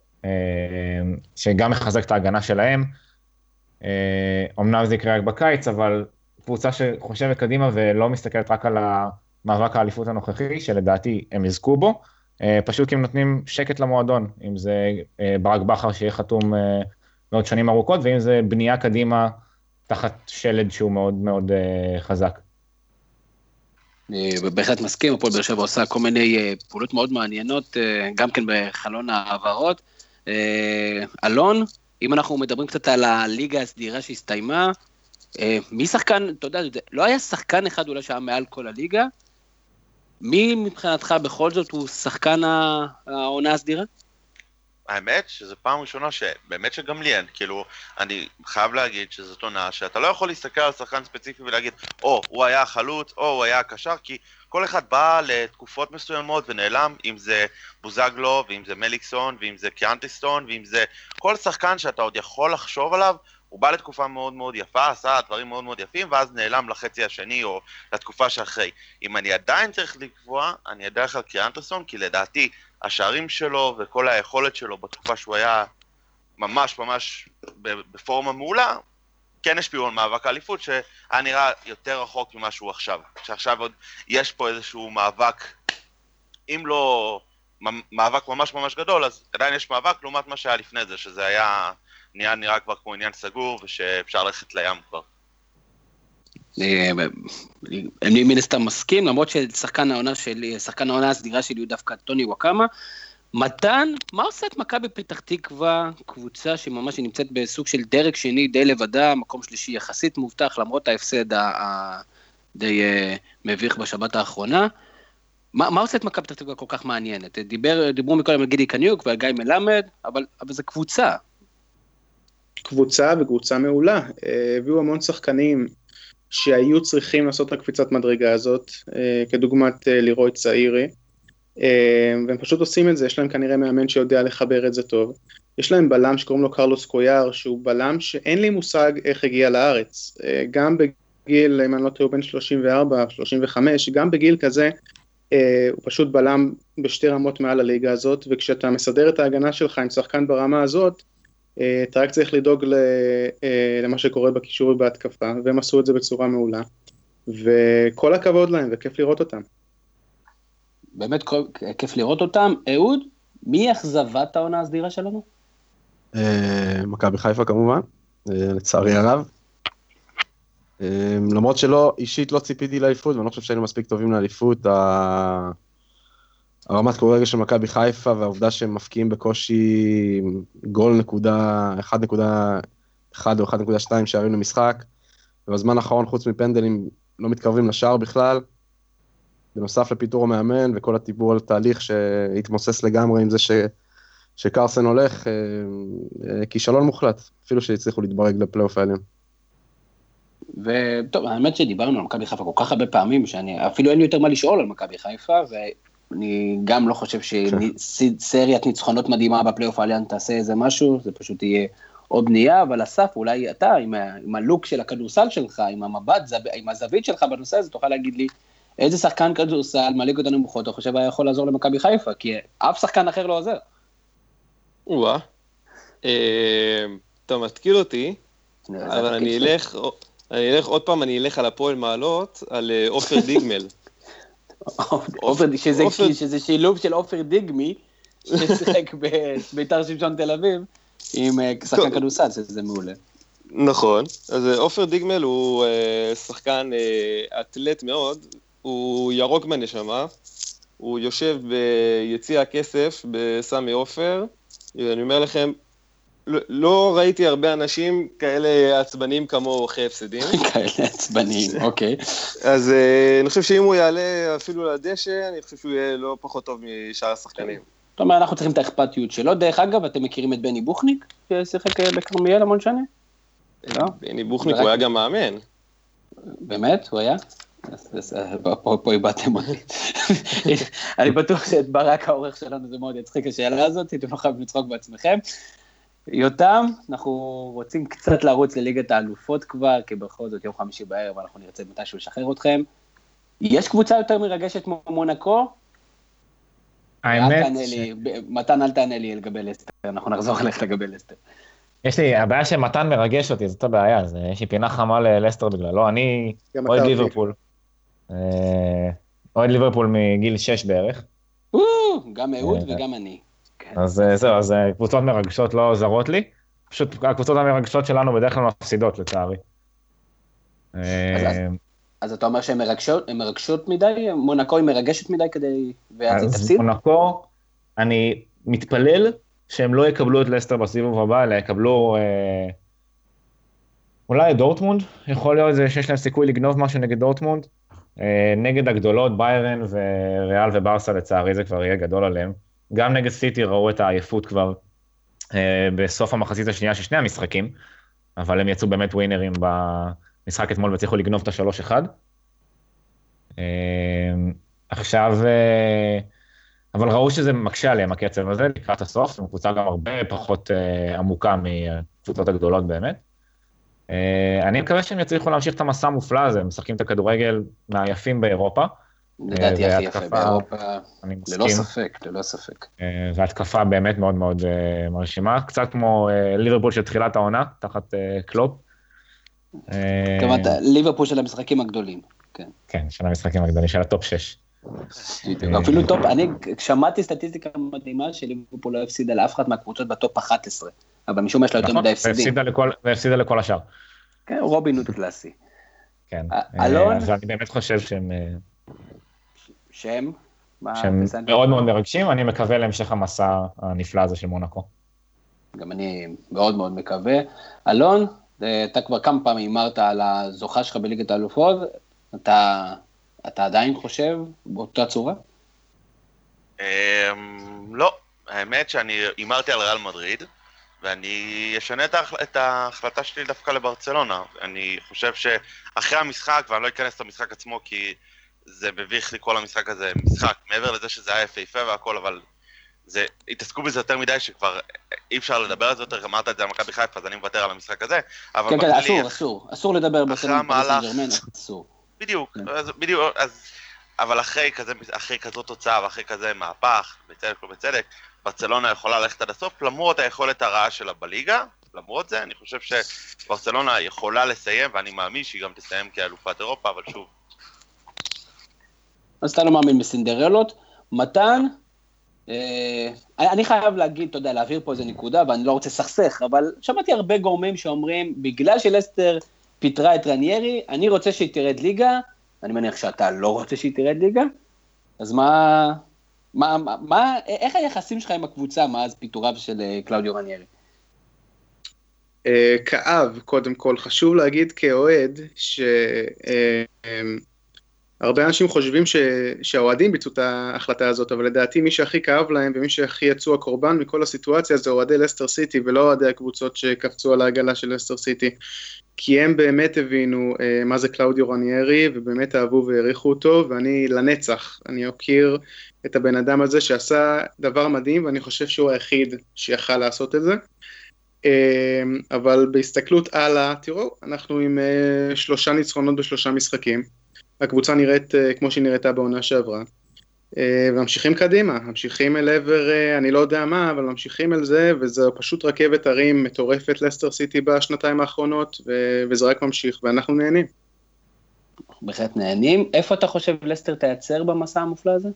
שגם מחזק את ההגנה שלהם, אמנם זה יקרה רק בקיץ, אבל קבוצה שחושבת קדימה ולא מסתכלת רק על המאבק האליפות הנוכחי, שלדעתי הם יזכו בו, פשוט כי הם נותנים שקט למועדון, אם זה ברק בכר שיהיה חתום מאוד שנים ארוכות, ואם זה בנייה קדימה תחת שלד שהוא מאוד מאוד חזק. אני בהחלט מסכים, הפועל באר שבע עושה כל מיני פעולות מאוד מעניינות, גם כן בחלון העברות. אלון, אם אנחנו מדברים קצת על הליגה הסדירה שהסתיימה, מי שחקן, אתה יודע, לא היה שחקן אחד אולי שהיה מעל כל הליגה, מי מבחינתך בכל זאת הוא שחקן העונה הסדירה? האמת שזו פעם ראשונה שבאמת שגם לי אין, כאילו, אני חייב להגיד שזאת עונה שאתה לא יכול להסתכל על שחקן ספציפי ולהגיד, או, הוא היה החלוץ, או, הוא היה הקשר, כי כל אחד בא לתקופות מסוימות ונעלם, אם זה בוזגלו, ואם זה מליקסון, ואם זה קיאנטיסטון, ואם זה כל שחקן שאתה עוד יכול לחשוב עליו, הוא בא לתקופה מאוד מאוד יפה, עשה דברים מאוד מאוד יפים, ואז נעלם לחצי השני או לתקופה שאחרי. אם אני עדיין צריך לקבוע, אני אדרך על קיאנטיסטון, כי לדעתי השערים שלו וכל היכולת שלו בתקופה שהוא היה ממש ממש בפורמה מעולה, כן השפיעו על מאבק האליפות, שהיה נראה יותר רחוק ממה שהוא עכשיו. שעכשיו עוד יש פה איזשהו מאבק, אם לא מאבק ממש ממש גדול, אז עדיין יש מאבק לעומת מה שהיה לפני זה, שזה היה נראה, נראה כבר כמו עניין סגור, ושאפשר ללכת לים כבר. אני מן הסתם מסכים, למרות ששחקן העונה שלי, שחקן העונה הסדירה שלי הוא דווקא טוני וואקמה. מתן, מה עושה את מכבי פתח תקווה, קבוצה שממש נמצאת בסוג של דרג שני, די לבדה, מקום שלישי יחסית מובטח, למרות ההפסד הדי מביך בשבת האחרונה. מה, מה עושה את מכבי פתח תקווה כל כך מעניינת? דיבר, דיברו מקודם על גידי קניוק ועל גיא מלמד, אבל, אבל זה קבוצה. קבוצה וקבוצה מעולה. הביאו המון שחקנים שהיו צריכים לעשות את הקפיצת מדרגה הזאת, כדוגמת לירוי צעירי, והם פשוט עושים את זה, יש להם כנראה מאמן שיודע לחבר את זה טוב, יש להם בלם שקוראים לו קרלוס קויאר, שהוא בלם שאין לי מושג איך הגיע לארץ, גם בגיל, אם אני לא טועה, בין שלושים וארבע, שלושים וחמש, גם בגיל כזה, הוא פשוט בלם בשתי רמות מעל הליגה הזאת, וכשאתה מסדר את ההגנה שלך עם שחקן ברמה הזאת, אתה רק צריך לדאוג למה שקורה בקישור ובהתקפה, והם עשו את זה בצורה מעולה, וכל הכבוד להם, וכיף לראות אותם. באמת כיף לראות אותם. אהוד, מי אכזבת העונה הסדירה שלנו? מכבי חיפה כמובן, לצערי הרב. למרות שלא, אישית לא ציפיתי לאליפות, ואני לא חושב שהיינו מספיק טובים לאליפות, הרמת כדורגל של מכבי חיפה, והעובדה שהם מפקיעים בקושי גול נקודה אחת נקודה אחת או אחת נקודה שתיים שערים למשחק, ובזמן האחרון חוץ מפנדלים לא מתקרבים לשער בכלל, בנוסף לפיתור המאמן, וכל הטיפור על תהליך שהתמוסס לגמרי עם זה ש, שקרסן הולך, כישלון מוחלט, אפילו שהצליחו להתברג לפלייאוף העליון. וטוב, האמת שדיברנו על מכבי חיפה כל כך הרבה פעמים, שאני אפילו אין לי יותר מה לשאול על מכבי חיפה, ואני גם לא חושב שסריית ניצחונות מדהימה בפלייאוף העליון תעשה איזה משהו, זה פשוט יהיה עוד בנייה, אבל אסף, אולי אתה, עם, ה, עם הלוק של הכדורסל שלך, עם המבט, עם הזווית שלך בנושא הזה, תוכל להגיד לי, איזה שחקן כדורסל מליגות הנמוכות, אתה חושב היה יכול לעזור למכבי חיפה, כי אף שחקן אחר לא עוזר. וואה, אתה מתקיל אותי, אבל אני אלך, אני אלך עוד פעם, אני אלך על הפועל מעלות, על אופר דיגמל. שזה שילוב של אופר דיגמי, ששיחק בביתר שמשון תל אביב, עם שחקן כדורסל, שזה מעולה. נכון, אז אופר דיגמל הוא שחקן אתלט מאוד, הוא ירוק בנשמה, הוא יושב ביציע הכסף בסמי עופר, אני אומר לכם, לא, לא ראיתי הרבה אנשים כאלה עצבנים כמו אחרי הפסדים. כאלה עצבנים, אוקיי. אז אני חושב שאם הוא יעלה אפילו לדשא, אני חושב שהוא יהיה לא פחות טוב משאר השחקנים. זאת אומרת, אנחנו צריכים את האכפתיות שלו. דרך אגב, אתם מכירים את בני בוכניק, ששיחק בכרמיאל המון שנים? בני בוכניק הוא היה גם מאמן. באמת? הוא היה? פה איבדתם אותי. אני בטוח שאת ברק האורך שלנו זה מאוד יצחיק השאלה הזאת, אתם לא חייבים לצחוק בעצמכם. יותם, אנחנו רוצים קצת לרוץ לליגת האלופות כבר, כי בכל זאת יום חמישי בערב אנחנו נרצה מתישהו לשחרר אתכם. יש קבוצה יותר מרגשת כמו מונקו? האמת מתן אל תענה לי לגבי לסטר, אנחנו נחזור אליך לגבי לסטר. יש לי, הבעיה שמתן מרגש אותי, זאת הבעיה, יש לי פינה חמה ללסטר בגללו, אני אוהד ליברפול, אוהד ליברפול מגיל שש בערך. גם אהוד וגם אני. אז זהו, אז קבוצות מרגשות לא עוזרות לי, פשוט הקבוצות המרגשות שלנו בדרך כלל מפסידות לצערי. אז אתה אומר שהן מרגשות מדי, מונקו היא מרגשת מדי כדי, ואת תפסיד? מונקו, אני מתפלל שהם לא יקבלו את לסטר בסיבוב הבא, אלא יקבלו אה, אולי דורטמונד, יכול להיות זה שיש להם סיכוי לגנוב משהו נגד דורטמונד, אה, נגד הגדולות, ביירן וריאל וברסה לצערי זה כבר יהיה גדול עליהם, גם נגד סיטי ראו את העייפות כבר אה, בסוף המחצית השנייה של שני המשחקים, אבל הם יצאו באמת ווינרים במשחק אתמול וצריכו לגנוב את השלוש אחד. אה, עכשיו... אה, אבל ראו שזה מקשה עליהם הקצב הזה, לקראת הסוף, עם קבוצה גם הרבה פחות אה, עמוקה מקבוצות הגדולות באמת. אה, אני מקווה שהם יצליחו להמשיך את המסע המופלא הזה, הם משחקים את הכדורגל מהיפים באירופה. לדעתי הכי יפה באירופה, ללא ספק, ללא ספק. אה, והתקפה באמת מאוד מאוד אה, מרשימה, קצת כמו אה, ליברפול של תחילת העונה, תחת אה, קלופ. אה, כמובן, ליברפול של המשחקים הגדולים. כן, כן, של המשחקים הגדולים, של הטופ שש. אפילו טופ, אני שמעתי סטטיסטיקה מדהימה שליברפול לא הפסידה לאף אחד מהקבוצות בטופ אחת עשרה, אבל משום יש לה יותר מדי הפסידים. והפסידה לכל השאר. כן, רובין הוד קלאסי. כן, אלון? אז אני באמת חושב שהם... שהם? שהם מאוד מאוד מרגשים, אני מקווה להמשך המסע הנפלא הזה של מונקו. גם אני מאוד מאוד מקווה. אלון, אתה כבר כמה פעמים אמרת על הזוכה שלך בליגת האלופות, אתה... אתה עדיין חושב באותה צורה? לא, האמת שאני אמרתי על ריאל מדריד, ואני אשנה את ההחלטה שלי דווקא לברצלונה. אני חושב שאחרי המשחק, ואני לא אכנס למשחק עצמו, כי זה מביך לי כל המשחק הזה, משחק, מעבר לזה שזה היה יפה והכל, אבל זה, התעסקו בזה יותר מדי שכבר אי אפשר לדבר על זה יותר, אמרת את זה על מכבי חיפה, אז אני מוותר על המשחק הזה. כן, כן, אסור, אסור, אסור לדבר בסן ג'רמן, אסור. בדיוק, אז, בדיוק, אז, אבל אחרי, כזה, אחרי כזאת תוצאה ואחרי כזה מהפך, בצדק או בצדק, ברצלונה יכולה ללכת עד הסוף, למרות היכולת הרעה שלה בליגה, למרות זה, אני חושב שברצלונה יכולה לסיים, ואני מאמין שהיא גם תסיים כאלופת אירופה, אבל שוב. אז אתה לא מאמין בסינדרלות. מתן, אה, אני חייב להגיד, אתה יודע, להעביר פה איזה נקודה, ואני לא רוצה סכסך, אבל שמעתי הרבה גורמים שאומרים, בגלל שלסטר פיתרה את רניירי, אני רוצה שהיא תרד ליגה, אני מניח שאתה לא רוצה שהיא תרד ליגה, אז מה, מה, מה, איך היחסים שלך עם הקבוצה מאז פיתוריו של קלאודיו רניירי? כאב, קודם כל, חשוב להגיד כאוהד, שהרבה אנשים חושבים שהאוהדים ביצעו את ההחלטה הזאת, אבל לדעתי מי שהכי כאב להם, ומי שהכי יצאו הקורבן מכל הסיטואציה, זה אוהדי לסטר סיטי, ולא אוהדי הקבוצות שקפצו על העגלה של לסטר סיטי, כי הם באמת הבינו מה זה קלאודיו רניירי, ובאמת אהבו והעריכו אותו, ואני לנצח, אני אוקיר את הבן אדם הזה שעשה דבר מדהים, ואני חושב שהוא היחיד שיכל לעשות את זה. אבל בהסתכלות הלאה, תראו, אנחנו עם שלושה ניצחונות בשלושה משחקים, הקבוצה נראית כמו שהיא נראיתה בעונה שעברה, וממשיכים קדימה, ממשיכים אל עבר, אני לא יודע מה, אבל ממשיכים אל זה, וזה פשוט רכבת הרים מטורפת לסטר סיטי בשנתיים האחרונות, וזה רק ממשיך, ואנחנו נהנים. בהחלט נהנים. איפה אתה חושב לסטר תייצר במסע המופלא הזה?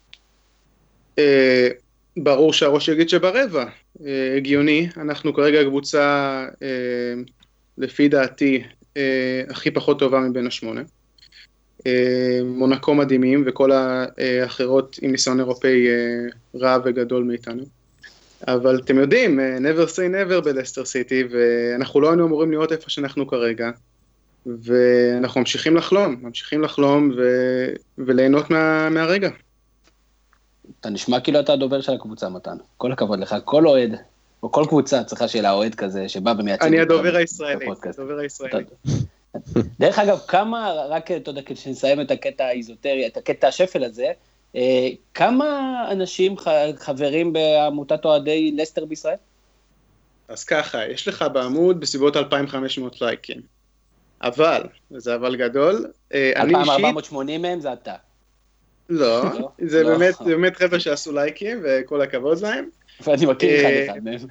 ברור שהראש יגיד שברבע, הגיוני, אנחנו כרגע קבוצה, לפי דעתי, הכי פחות טובה מבין השמונה, מונקו מדהימים, וכל האחרות עם ניסיון אירופאי רע וגדול מאיתנו, אבל אתם יודעים, never say never בלסטר סיטי, ואנחנו לא היינו אמורים לראות איפה שאנחנו כרגע, ואנחנו ממשיכים לחלום, ממשיכים לחלום ו- וליהנות מה- מהרגע. אתה נשמע כאילו אתה הדובר של הקבוצה, מתן. כל הכבוד לך, כל אוהד, או כל קבוצה צריכה שיהיה לה אוהד כזה, שבא ומייצג... אני הדובר הישראלי, הדובר הישראלי. דרך אגב, כמה, רק אתה יודע, כשנסיים את הקטע האיזוטרי, את הקטע השפל הזה, כמה אנשים חברים בעמותת אוהדי לסטר בישראל? אז ככה, יש לך בעמוד בסביבות אלפיים וחמש מאות לייקים. אבל, וזה אבל גדול, אלפיים ארבע מאות שמונים מהם זה אתה. לא, זה באמת, זה באמת חבר'ה שעשו לייקים, וכל הכבוד להם. ואני מכיר אחד אחד מהם.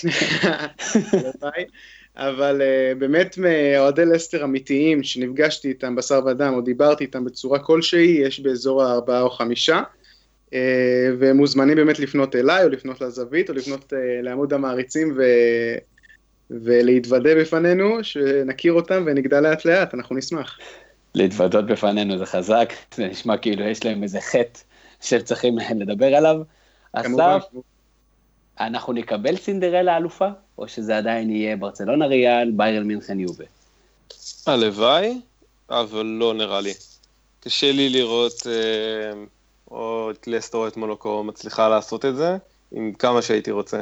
אבל באמת מאוהדי לסטר אמיתיים, שנפגשתי איתם בשר ודם, או דיברתי איתם בצורה כלשהי, יש באזור הארבעה או חמישה, והם מוזמנים באמת לפנות אליי, או לפנות לזווית, או לפנות לעמוד המעריצים, ו... ולהתוודא בפנינו, שנכיר אותם ונגדל לאט לאט, אנחנו נשמח. להתוודות בפנינו זה חזק, זה נשמע כאילו יש להם איזה חטא שצריכים לדבר עליו. אסף, אנחנו נקבל סינדרלה אלופה, או שזה עדיין יהיה ברצלונה ריאל, ביירן מינכן יובה? הלוואי, אבל לא נראה לי. קשה לי לראות אה, או את לסטר או את מונקו מצליחה לעשות את זה, עם כמה שהייתי רוצה.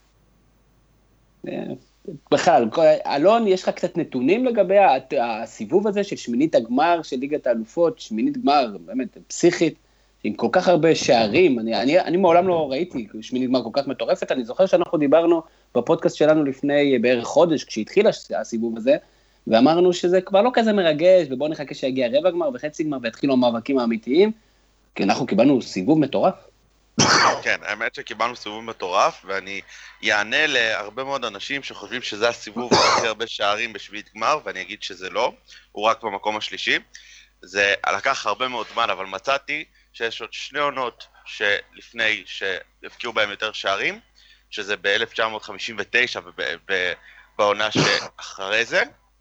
בכלל, אלון, יש לך קצת נתונים לגבי הסיבוב הזה של שמינית הגמר של ליגת האלופות, שמינית גמר באמת פסיכית, עם כל כך הרבה שערים, אני, אני, אני מעולם לא ראיתי שמינית גמר כל כך מטורפת, אני זוכר שאנחנו דיברנו בפודקאסט שלנו לפני בערך חודש, כשהתחיל הסיבוב הזה, ואמרנו שזה כבר לא כזה מרגש, ובואו נחכה שיגיע רבע גמר וחצי גמר, והתחילו המאבקים האמיתיים, כי אנחנו קיבלנו סיבוב מטורף. כן, האמת שקיבלנו סיבוב מטורף, ואני יענה להרבה מאוד אנשים שחושבים שזה הסיבוב הכי הרבה שערים בשביעית גמר, ואני אגיד שזה לא, הוא רק במקום השלישי. זה לקח הרבה מאוד זמן, אבל מצאתי שיש עוד שני עונות שלפני שהפקיעו בהם יותר שערים, שזה ב-אלף תשע מאות חמישים ותשע ובעונה שאחרי זה,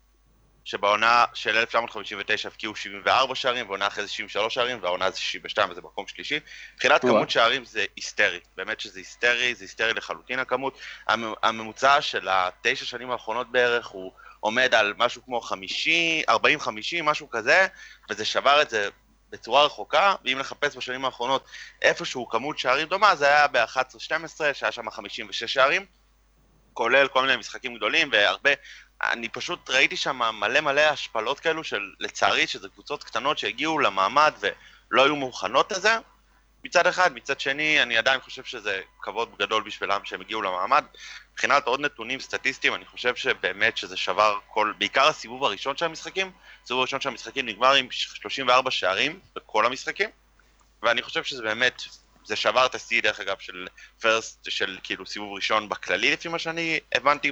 שבעונה של אלף תשע מאות חמישים ותשע הפקיעו שבעים וארבע שערים, ועונה אחרי זה שבעים ושלוש שערים, והעונה זה שישים ושתיים, וזה מקום שלישי. מבחינת כמות שערים זה היסטרי, באמת שזה היסטרי, זה היסטרי לחלוטין הכמות. הממוצע של התשע שנים האחרונות בערך הוא עומד על משהו כמו חמישים, ארבעים חמישים, משהו כזה, וזה שבר את זה בצורה רחוקה, ואם לחפש בשנים האחרונות איפשהו כמות שערים דומה, זה היה ב-אחת עשרה שתים עשרה, שהיה שם חמישים ושש שערים, כולל כל מיני משחקים גדולים, והרבה, אני פשוט ראיתי שם מלא מלא השפלות כאלו של, לצערי, שזה קבוצות קטנות שהגיעו למעמד ולא היו מוכנות לזה, מצד אחד, מצד שני, אני עדיין חושב שזה כבוד גדול בשבילם שהם הגיעו למעמד. מבחינת עוד נתונים סטטיסטיים, אני חושב שבאמת שזה שבר כל, בעיקר הסיבוב הראשון של המשחקים, הסיבוב הראשון של המשחקים נגמר עם שלושים וארבע שערים בכל המשחקים, ואני חושב שזה באמת, זה שבר את השיא דרך אגב של פרסט, של כאילו סיבוב ראשון בכללי, לפי מה שאני הבנתי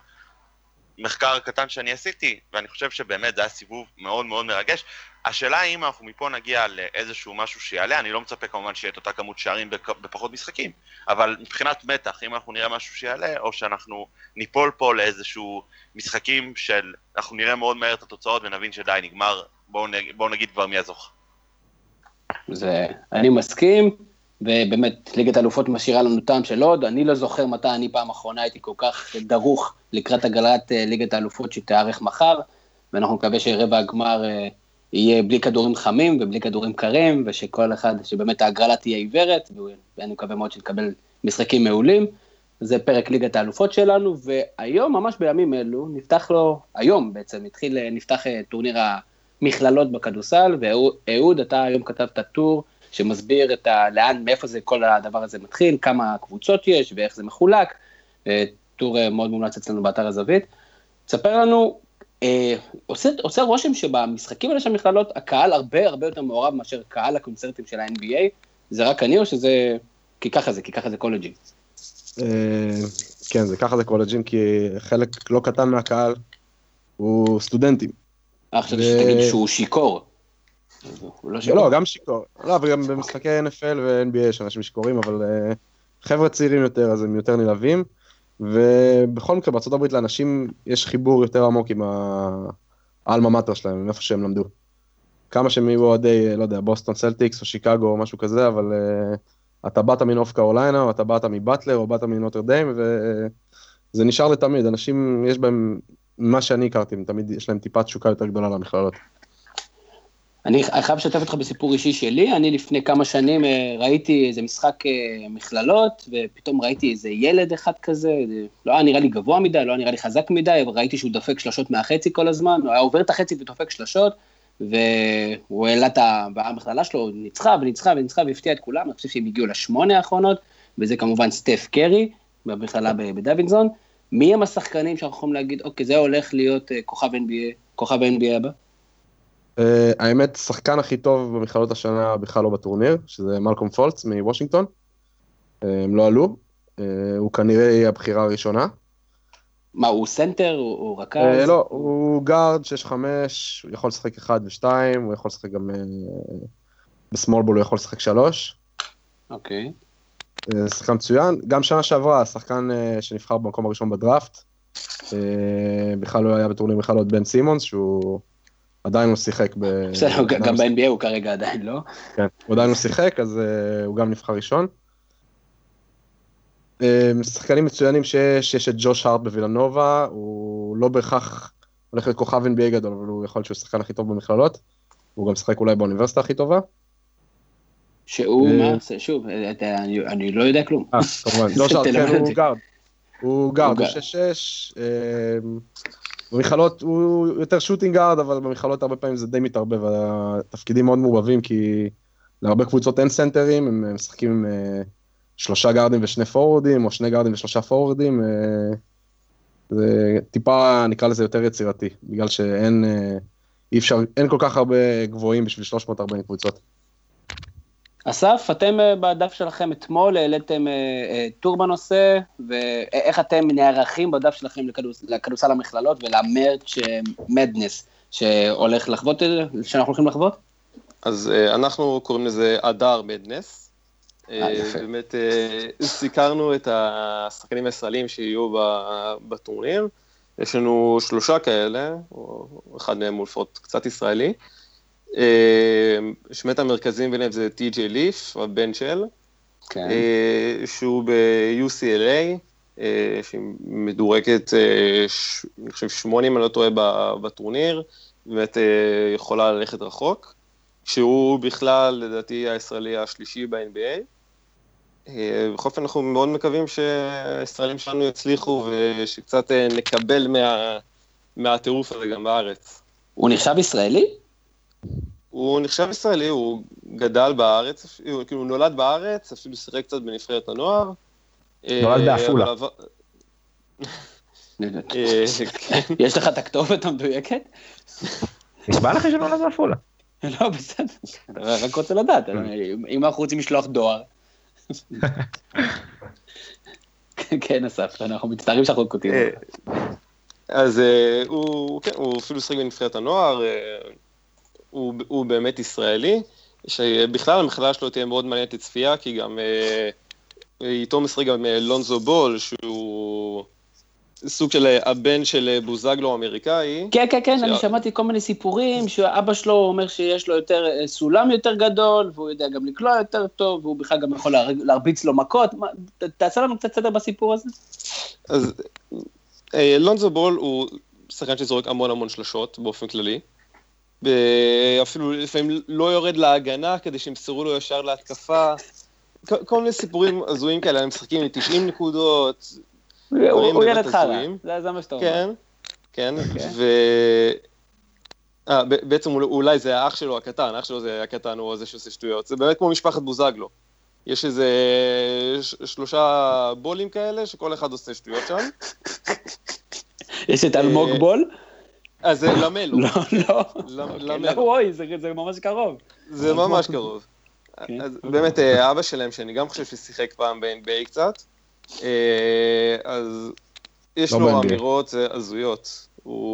במחקר הקטן שאני עשיתי, ואני חושב שבאמת זה היה סיבוב מאוד מאוד מרגש. השאלה היא אם אנחנו מפה נגיע לאיזשהו משהו שיעלה, אני לא מצפה כמובן שיהיה את אותה כמות שערים בפחות משחקים, אבל מבחינת מתח, אם אנחנו נראה משהו שיעלה, או שאנחנו ניפול פה לאיזשהו משחקים של, אנחנו נראה מאוד מהר את התוצאות ונבין שדי נגמר, בואו נגיד, בואו נגיד כבר מי הזוכה. זה, אני מסכים, ובאמת, ליגת האלופות משאירה לנו טעם של עוד, אני לא זוכר מתי אני פעם אחרונה הייתי כל כך דרוך לקראת הגלת ליגת האלופות שתארך מחר, ואנחנו מקווה שרבע הגמר יהיה בלי כדורים חמים ובלי כדורים קרים, ושכל אחד, שבאמת ההגרלה תהיה עיוורת, ואני מקווה מאוד שנקבל משחקים מעולים. זה פרק ליגת האלופות שלנו, והיום, ממש בימים אלו, נפתח לו, היום בעצם, התחיל, נפתח טורניר המכללות בכדורסל, ואהוד, אתה היום כתבת טור, שמסביר את ה, לאן, מאיפה זה, כל הדבר הזה מתחיל, כמה קבוצות יש, ואיך זה מחולק, טור מאוד מומלץ אצלנו באתר הזווית. תספר לנו, אה, עושה, עושה רושם שבמשחקים האלה של המכללות, הקהל הרבה הרבה יותר מעורב מאשר קהל הקונצרטים של ה-אן בי איי, זה רק אני או שזה, כי ככה זה, כי ככה זה קולג'ים? כן, זה ככה זה קולג'ים, כי חלק לא קטן מהקהל הוא סטודנטים. עכשיו שתגיד שהוא שיקור. לא, גם שיקור. לא, אבל גם במשחקי אן אף אל ו-אן בי איי יש אנשים שיקורים, אבל חבר'ה צעירים יותר, אז הם יותר נלהבים, ובכל מקרה, בארצות הברית לאנשים יש חיבור יותר עמוק עם האלמה מאטר שלהם, מאיפה שהם למדו. כמה שהם יהיו אוהדי, לא יודע, בוסטון סלטיקס או שיקגו או משהו כזה, אבל אתה באת מנוף קרוליינה, או אתה באת מבטלר, או באת מנוטר דיים, וזה נשאר לתמיד. אנשים, יש בהם, מה שאני הכרתי, תמיד יש להם טיפת שוקה יותר גדולה למכללות. אני חייב לשתף אותך בסיפור אישי שלי, אני לפני כמה שנים ראיתי איזה משחק מכללות, ופתאום ראיתי איזה ילד אחד כזה, לא היה נראה לי גבוה מדי, לא היה נראה לי חזק מדי, אבל ראיתי שהוא דופק שלשות מהחצי כל הזמן, הוא היה עובר את החצי ודופק שלשות, והוא העלה את המכללה שלו, ניצחה וניצחה וניצחה והפתיע את כולם, אני חושב שהם הגיעו לשמונה האחרונות, וזה כמובן סטף קרי, במכללה בדווינזון. מי הם השחקנים שאנחנו יכולים להגיד, אוקיי, זה הולך להיות כוכב אן בי איי, כוכב אן בי איי הבא? האמת, שחקן הכי טוב במכללות השנה בכלל לא בטורניר, שזה מלקום פולץ מוושינגטון, הם לא עלו, הוא כנראה יהיה הבחירה הראשונה. מה, הוא סנטר, הוא רכז? לא, הוא גארד, שש חמש, הוא יכול לשחק אחד ושתיים, הוא יכול לשחק גם בסמולבול, הוא יכול לשחק שלוש. אוקיי. שחקן מצוין, גם שנה שעברה, השחקן שנבחר במקום הראשון בדראפט, בכלל לא היה בטורניר בכלל עוד בן סימונס, שהוא עדיין לא שיחק. בסדר, גם ב-אן בי איי הוא כרגע עדיין לא. כן, הוא עדיין לא שיחק, אז הוא גם נבחר ראשון. שחקנים מצוינים שיש, יש את ג'וש הארט בווילנובה, הוא לא בהכרח הולך להיות כוכב אן בי איי גדול, אבל הוא יכול להיות שהוא השחקן הכי טוב במכללות, הוא גם שחק אולי באוניברסיטה הכי טובה. שהוא, מה, שוב, אני לא יודע כלום. אה, כמובן, ג'וש הארט, כן, הוא גארד. הוא גארד, הוא שש שש, במכללות הוא יותר שוטינג גארד, אבל במכללות הרבה פעמים זה די מתערבב, והתפקידים מאוד מעורבבים, כי להרבה קבוצות אין סנטרים, הם משחקים עם שלושה גארדים ושני פורורדים, או שני גארדים ושלושה פורורדים, זה טיפה, נקרא לזה יותר יצירתי, בגלל שאין, אי אפשר, אין כל כך הרבה גבוהים בשביל שלוש מאות וארבעים קבוצות. אסף, אתם בדף שלכם אתמול העליתם טור בנושא, ואיך אתם נערכים בדף שלכם לכדורסל המכללות ולמרץ' מדנס שהולך לחוות, שאנחנו הולכים לחוות? אז אנחנו קוראים לזה אדר מדנס. באמת סיקרנו את השחקנים הישראלים שיהיו בטורניר. יש לנו שלושה כאלה, אחד מהם הוא לפחות קצת ישראלי. שמת המרכזים ביניהם זה טי ג'יי ליף, הבן של, שהוא ב-יו סי אל איי, שהיא מדורגת, אני חושב, שמונה, אני לא טועה, בטורניר, באמת יכולה ללכת רחוק, שהוא בכלל, לדעתי, הישראלי השלישי ב-אן בי איי. בכל אופן, אנחנו מאוד מקווים שהישראלים שלנו יצליחו, ושקצת נקבל מהטירוף הזה גם בארץ. הוא נחשב ישראלי? הוא נחשב ישראלי, הוא גדל בארץ, הוא כאילו נולד בארץ, אפילו שיחק קצת בנבחרת הנוער. נולד באפולה. יש לך את הכתובת המדויקת? נשבע לך שנולד באפולה. לא, בסדר, רק רוצה לדעת, אם אנחנו רוצים לשלוח דואר. כן, אסף, אנחנו מצטערים שאנחנו כותבים. אז הוא אפילו שיחק בנבחרת הנוער, הוא, הוא באמת ישראלי, שבכלל המכללה שלו תהיה מאוד מעניינת לצפייה, כי גם איתו משחק גם לונזו בול, שהוא סוג של הבן של בוזגלו האמריקאי. כן, כן, כן, אני שמעתי כל מיני סיפורים, שאבא שלו אומר שיש לו יותר, סולם יותר גדול, והוא יודע גם לקלוע יותר טוב, והוא בכלל גם יכול להרביץ לו מכות. תעשה לנו קצת סדר בסיפור הזה. אז לונזו בול הוא שחקן שזורק המון המון שלשות באופן כללי, ואפילו לפעמים לא יורד להגנה כדי שימסרו לו ישר להתקפה, כל מיני סיפורים הזויים כאלה, הם משחקים עם תשעים נקודות, הוא ילד חרה, זה מה שאתה אומר. כן, כן, ובעצם אולי זה האח שלו הקטן, האח שלו זה הקטן, הוא זה שעושה שטויות, זה באמת כמו משפחת בוזגלו. יש איזה שלושה בולים כאלה, שכל אחד עושה שטויות שם. יש את אלמוג בול? אז זה למלו. לא, לא. לא, אוי, זה ממש קרוב. זה ממש קרוב. אז באמת, אבא שלהם, שאני גם חושב ששיחק פעם ב-אן בי איי קצת, אז יש לו אמירות הזויות.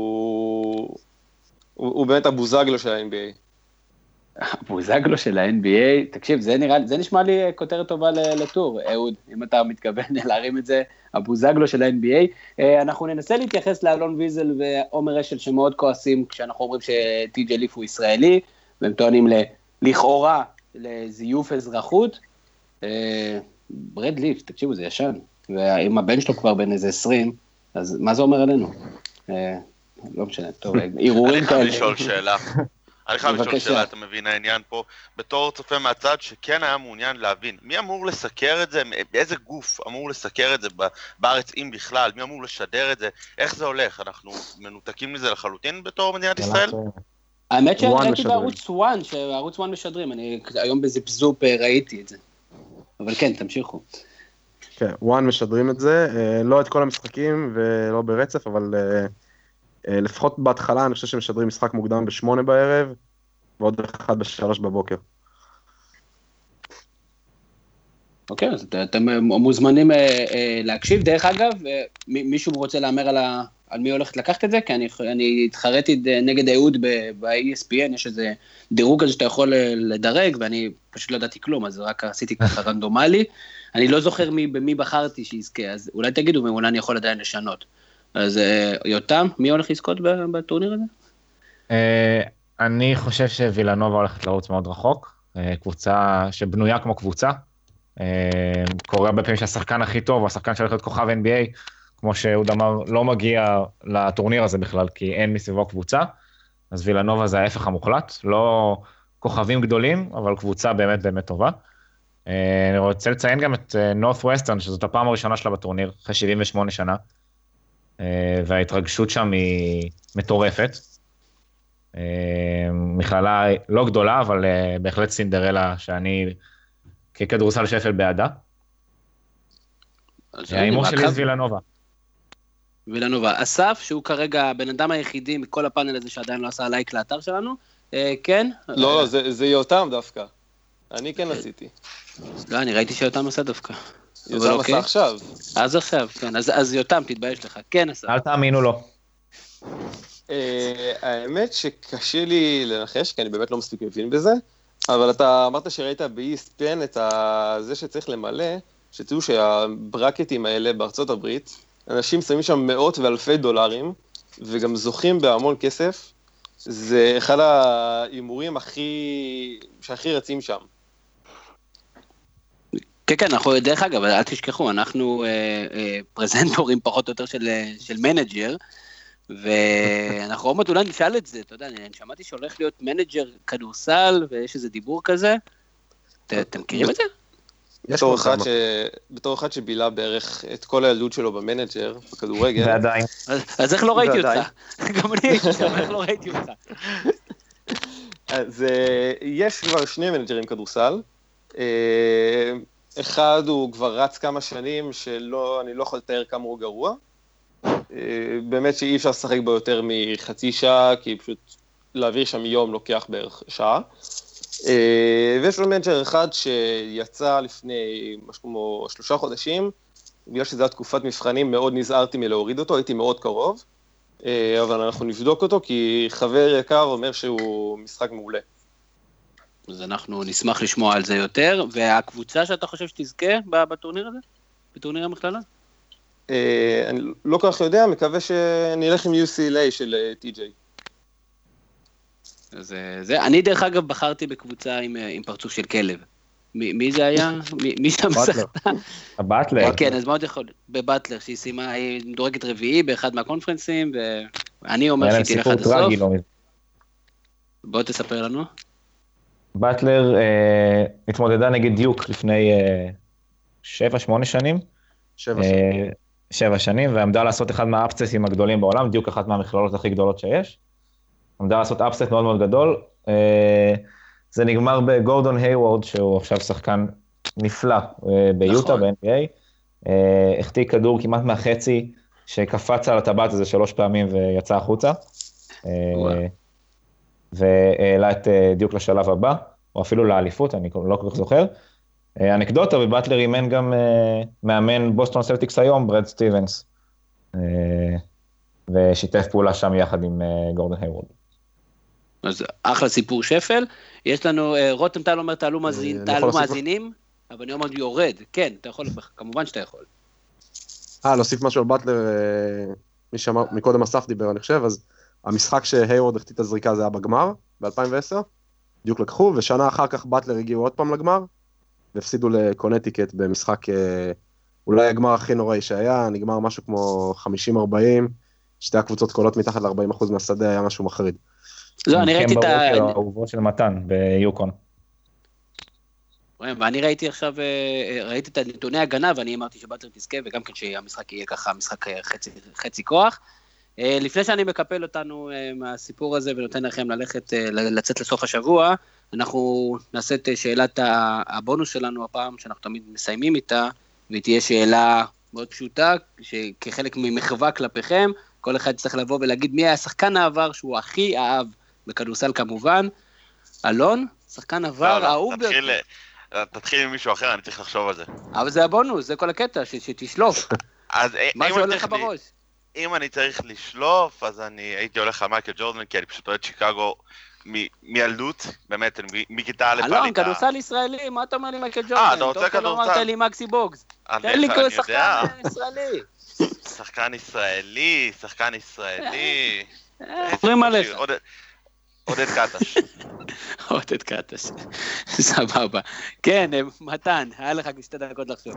הוא באמת הבוזגלו של ה-אן בי איי. הבוזגלו של ה-אן בי איי, תקשיב, זה נשמע לי כותרת טובה לטור, אהוד, אם אתה מתכוון להרים את זה, הבוזגלו של ה-אן בי איי. אנחנו ננסה להתייחס לאלון ויזל ועומר אשל שמאוד כועסים כשאנחנו אומרים שטי.ג'יי ליף הוא ישראלי, והם טוענים לכאורה לזיוף אזרחות. ברד ליף, תקשיבו, זה ישן, ואם הבן שלו כבר בין איזה עשרים, אז מה זה אומר עלינו? לא משנה, טוב, עירורים כאלה. אני חייב לשאול שאלה. אני חייב לשאול שאלה, אתה מבין העניין פה, בתור צופה מהצד שכן היה מעוניין להבין, מי אמור לסקר את זה, באיזה גוף אמור לסקר את זה בארץ, אם בכלל, מי אמור לשדר את זה, איך זה הולך, אנחנו מנותקים לזה לחלוטין בתור מדינת ישראל? האמת שראיתי בערוץ אחת, שערוץ אחת משדרים, אני היום בזיפזופ ראיתי את זה, אבל כן, תמשיכו. כן, וואן משדרים את זה, לא את כל המשחקים ולא ברצף, אבל לפחות בהתחלה אני חושב שמשדרים משחק מוקדם בשמונה בערב, ועוד אחד בשלוש בבוקר. אוקיי, אז אתם מוזמנים להקשיב. דרך אגב, מישהו רוצה לאמר על מי הולכת לקחת את זה? כי אני התחרתי נגד האהוד ב-אי אס פי אן, יש איזה דירוג הזה שאתה יכול לדרג, ואני פשוט לא ידעתי כלום, אז רק עשיתי ככה רנדומלי. אני לא זוכר במי בחרתי שיזכה, אז אולי תגידו, אולי אני יכול עדיין לשנות. אז יותם, מי הולך לזכות בטורניר הזה? אני חושב שווילנובה הולכת לרוץ מאוד רחוק, קבוצה שבנויה כמו קבוצה, קורה הרבה פעמים שהשחקן הכי טוב, השחקן שהולך להיות כוכב אן בי איי, כמו שאהוד אמר, לא מגיע לטורניר הזה בכלל, כי אין מסביבו קבוצה, אז וילנובה זה ההפך המוחלט, לא כוכבים גדולים, אבל קבוצה באמת באמת טובה. אני רוצה לציין גם את נורת' ווסטרן, שזאת הפעם הראשונה שלה בטורניר, אחרי שבעים ושמונה שנה, וההתרגשות שם היא מטורפת. מכללה לא גדולה, אבל בהחלט סינדרלה שאני ככדורסל שפל בעדה. האימור שלי זה וילנובה. וילנובה. אסף, שהוא כרגע הבן אדם היחידי מכל הפאנל הזה שעדיין לא עשה לייק לאתר שלנו, כן? לא, זה יותם דווקא. אני כן עשיתי. לא, אני ראיתי שיותם עשה דווקא. יותם עשה עכשיו. אז עכשיו, כן. אז יותם, תתבייש לך. כן, אסף. אל תאמינו לו. האמת שקשה לי לנחש, כי אני באמת לא מספיק מבין בזה, אבל אתה אמרת שראית ב-אי אס פי אן את זה שצריך למלא, שתראו שהברקטים האלה בארצות הברית, אנשים שמים שם מאות ואלפי דולרים, וגם זוכים בהמון כסף, זה אחד האימורים הכי, שהכי רצים שם. כן, כן, אנחנו, דרך אגב, אל תשכחו, אנחנו פרזנטורים פחות או יותר של מנג'ר, ואנחנו עוד מעט אולי נשאל את זה, אתה יודע, אני שמעתי שהולך להיות מנג'ר כדורסל, ויש איזה דיבור כזה, אתם מכירים את זה? בתור אחד שבילה בערך את כל הילדות שלו במנג'ר, בכדורגל. ועדיין. אז איך לא ראיתי אותך? גם אני הייתי שם, איך לא ראיתי אותך? אז יש כבר שני מנג'רים כדורסל, אחד הוא כבר רץ כמה שנים, שאני לא יכול לתאר כמה הוא גרוע, באמת שאי אפשר לשחק בו יותר מחצי שעה, כי פשוט להעביר שם יום לוקח בערך שעה, ויש לו מנג'ר אחד שיצא לפני משהו כמו שלושה חודשים, בגלל שזו תקופת מבחנים מאוד נזהרתי מלהוריד אותו, הייתי מאוד קרוב, אבל אנחנו נבדוק אותו, כי חבר יקר אומר שהוא משחק מעולה. אז אנחנו נשמח לשמוע על זה יותר, והקבוצה שאתה חושב שתזכה בטורניר הזה? בטורניר המכללה? אני לא כל כך יודע, מקווה שאני אלך עם יו סי אל איי של טי-ג'יי. אז זה, אני דרך אגב בחרתי בקבוצה עם, עם פרצוף של כלב. מי, מי זה היה? מי, מי שם סרטה? הבטלר. כן, אז מאוד יכול, בבטלר, שהיא סיימה, היא מדורגת רביעי באחד מהקונפרנסים, ואני אומר שהיא תלך עד הסוף. בוא תספר לנו. בטלר אה, התמודדה נגד דיוק לפני אה, שבע, שמונה שנים. שבע שנים. אה, שבע שנים, ועמדה לעשות אחד מהאפסטים הגדולים בעולם, דיוק אחת מהמכללות הכי גדולות שיש. עמדה לעשות אפסט מאוד מאוד גדול. אה, זה נגמר בגורדון היוורד, שהוא עכשיו שחקן נפלא אה, ביוטה, ב-אן בי איי. אה, החטיא כדור כמעט מהחצי, שקפץ על הטבעת הזה שלוש פעמים ויצא החוצה. אה, והעלה את דיוק לשלב הבא, או אפילו לאליפות, אני לא כל כך זוכר. אנקדוטה, ובטלר אימן גם מאמן בוסטון סלטיקס היום, ברד סטיבנס, ושיתף פעולה שם יחד עם גורדון היוורד. אז אחלה סיפור שפל. יש לנו, רותם טל אומר, תעלו מאזינים, אבל אני אומר, יורד. כן, אתה יכול, כמובן שאתה יכול. אה, להוסיף משהו על בטלר, מי שאמר, מקודם אסף דיבר, אני חושב, אז המשחק שהיוורד החטיא את הזריקה זה היה בגמר, ב-אלפיים ועשר, בדיוק לקחו, ושנה אחר כך בטלר הגיעו עוד פעם לגמר, והפסידו לקונטיקט במשחק, אולי הגמר הכי נוראי שהיה, נגמר משהו כמו חמישים ארבעים, שתי הקבוצות קולות מתחת ל-ארבעים אחוז מהשדה, היה משהו מחריד. לא, אני ראיתי את ה... האהובו של מתן ביוקון. ואני ראיתי עכשיו, ראיתי את נתוני הגנה, ואני אמרתי שבטלר תזכה, וגם כן שהמשחק יהיה ככה, משחק חצי, חצי כוח. לפני שאני מקפל אותנו מהסיפור הזה ונותן לכם ללכת, לצאת לסוף השבוע, אנחנו נעשה את שאלת הבונוס שלנו הפעם, שאנחנו תמיד מסיימים איתה, והיא תהיה שאלה מאוד פשוטה, שכחלק ממחווה כלפיכם, כל אחד צריך לבוא ולהגיד מי היה השחקן העבר שהוא הכי אהב בכדורסל כמובן. אלון, שחקן עבר אהוב. תתחיל עם מישהו אחר, אני צריך לחשוב על זה. אבל זה הבונוס, זה כל הקטע, שתשלוף. מה שהולך בראש? אם אני צריך לשלוף, אז אני הייתי הולך על מייקל ג'ורדן, כי אני פשוט אוהד שיקגו מילדות, באמת, מכיתה א' עליתה. אלון, כדורסל ישראלי, מה אתה אומר לי מייקל ג'ורדן? אה, אתה רוצה כדורסל? לא אמרת לי מקסי בוגס. תן לי כל שחקן ישראלי. שחקן ישראלי, שחקן ישראלי. עוברים עליך. עודד קטש. עודד קטש. סבבה. כן, מתן, היה לך שתי דקות לחשוב.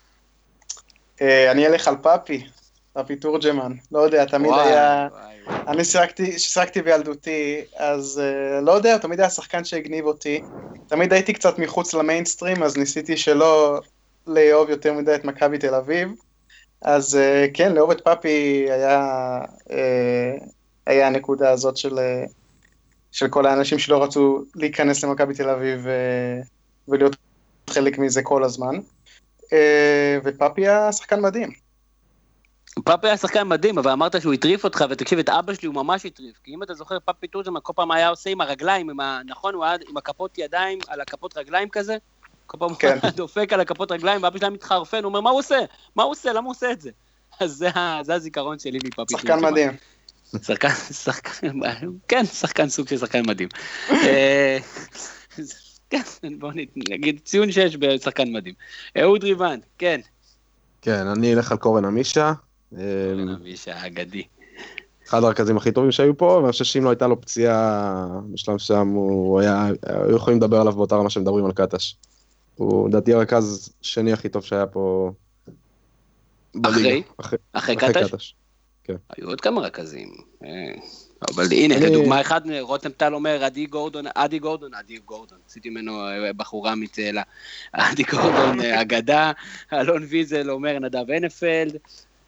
אני אלך על פאפי. פאפי תורג'מן, לא יודע, תמיד היה, אני ששחקתי בילדותי, אז לא יודע, תמיד היה שחקן שהגניב אותי, תמיד הייתי קצת מחוץ למיינסטרים, אז ניסיתי שלא לאהוב יותר מדי את מכבי תל אביב, אז כן, לאהוב את פאפי היה, היה הנקודה הזאת של, של כל האנשים שלא רצו להיכנס למכבי תל אביב ולהיות חלק מזה כל הזמן, ופאפי היה שחקן מדהים. פאפי היה שחקן מדהים, אבל אמרת שהוא הטריף אותך, ותקשיב, את אבא שלי הוא ממש הטריף, כי אם אתה זוכר, פאפי תורג'מן כל פעם היה עושה עם הרגליים, עם ה... נכון, הוא היה עם הכפות ידיים, על הכפות רגליים כזה, כל פעם כן. הוא דופק על הכפות רגליים, ואבא שלה מתחרפן, הוא אומר, מה הוא עושה? מה הוא עושה? למה הוא עושה את זה? אז זה, זה הזיכרון שלי מפאפי תורג'מן. שחקן מדהים. שחקן, שחקן, כן, שחקן סוג של שחקן מדהים. כן, בואו נגיד, ציון שש בשחקן מדהים. אהוד ריבן, כן. כן, אני אלך על קורן אמישה. קורן אמישה, אגדי. אחד הרכזים הכי טובים שהיו פה, ואני חושב שאם לא הייתה לו פציעה בשלב שם, הוא היה, היו יכולים לדבר עליו באותה רמה שמדברים על קטש. הוא דעתי הרכז שני הכי טוב שהיה פה. אחרי? אחרי קטש? כן. היו עוד כמה רכזים. אבל הנה, לדוגמה אחד, רותם טל אומר, עדי גורדון, עדי גורדון, עדי גורדון, עשיתי ממנו בחורה מצאלה, עדי גורדון, אגדה, אלון ויזל אומר, נדב הנפלד,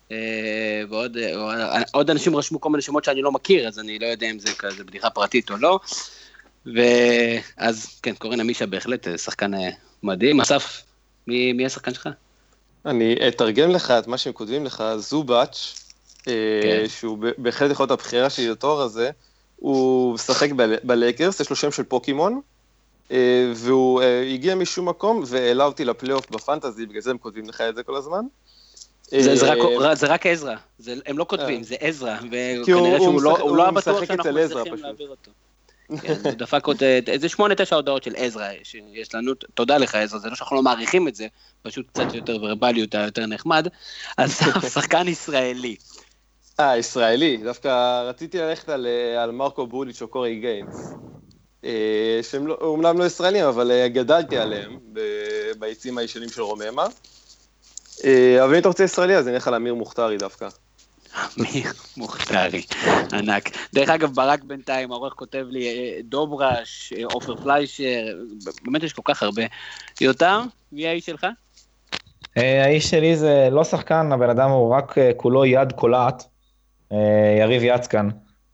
ועוד אנשים רשמו כל מיני שמות שאני לא מכיר, אז אני לא יודע אם זה כזה בדיחה פרטית או לא, ואז כן, קורן אמישה בהחלט שחקן מדהים. אסף, מי השחקן שלך? אני אתרגם לך את מה שהם כותבים לך, זובאץ', שהוא בהחלט יכול להיות הבחירה שלי לתואר הזה, הוא משחק בלייקרס, יש לו שם של פוקימון, והוא הגיע משום מקום והעלה אותי לפלייאוף בפנטזי, בגלל זה הם כותבים לך את זה כל הזמן. זה רק עזרא, הם לא כותבים, זה עזרא, וכנראה שהוא לא הבטוח שאנחנו מצליחים להעביר אותו. כן, הוא דפק עוד איזה שמונה, תשע הודעות של עזרא שיש לנו, תודה לך עזרא, זה לא שאנחנו לא מעריכים את זה, פשוט קצת יותר ורבליות, יותר נחמד, אז שחקן ישראלי. אה, ישראלי, דווקא רציתי ללכת על, על מרקו בוליץ' או קורי גיינס, שהם לא, אומנם לא ישראלים, אבל גדלתי עליהם ב- ביציעים הישנים של רוממה, אבל אם אתה רוצה ישראלי, אז אני אלך על אמיר מוכתרי דווקא. אמיר מוכתרי, ענק. דרך אגב, ברק בינתיים, העורך כותב לי, דוברש, עופר פליישר, באמת יש כל כך הרבה. יותם, מי האיש שלך? האיש שלי זה לא שחקן, הבן אדם הוא רק כולו יד קולעת, יריב יצקן.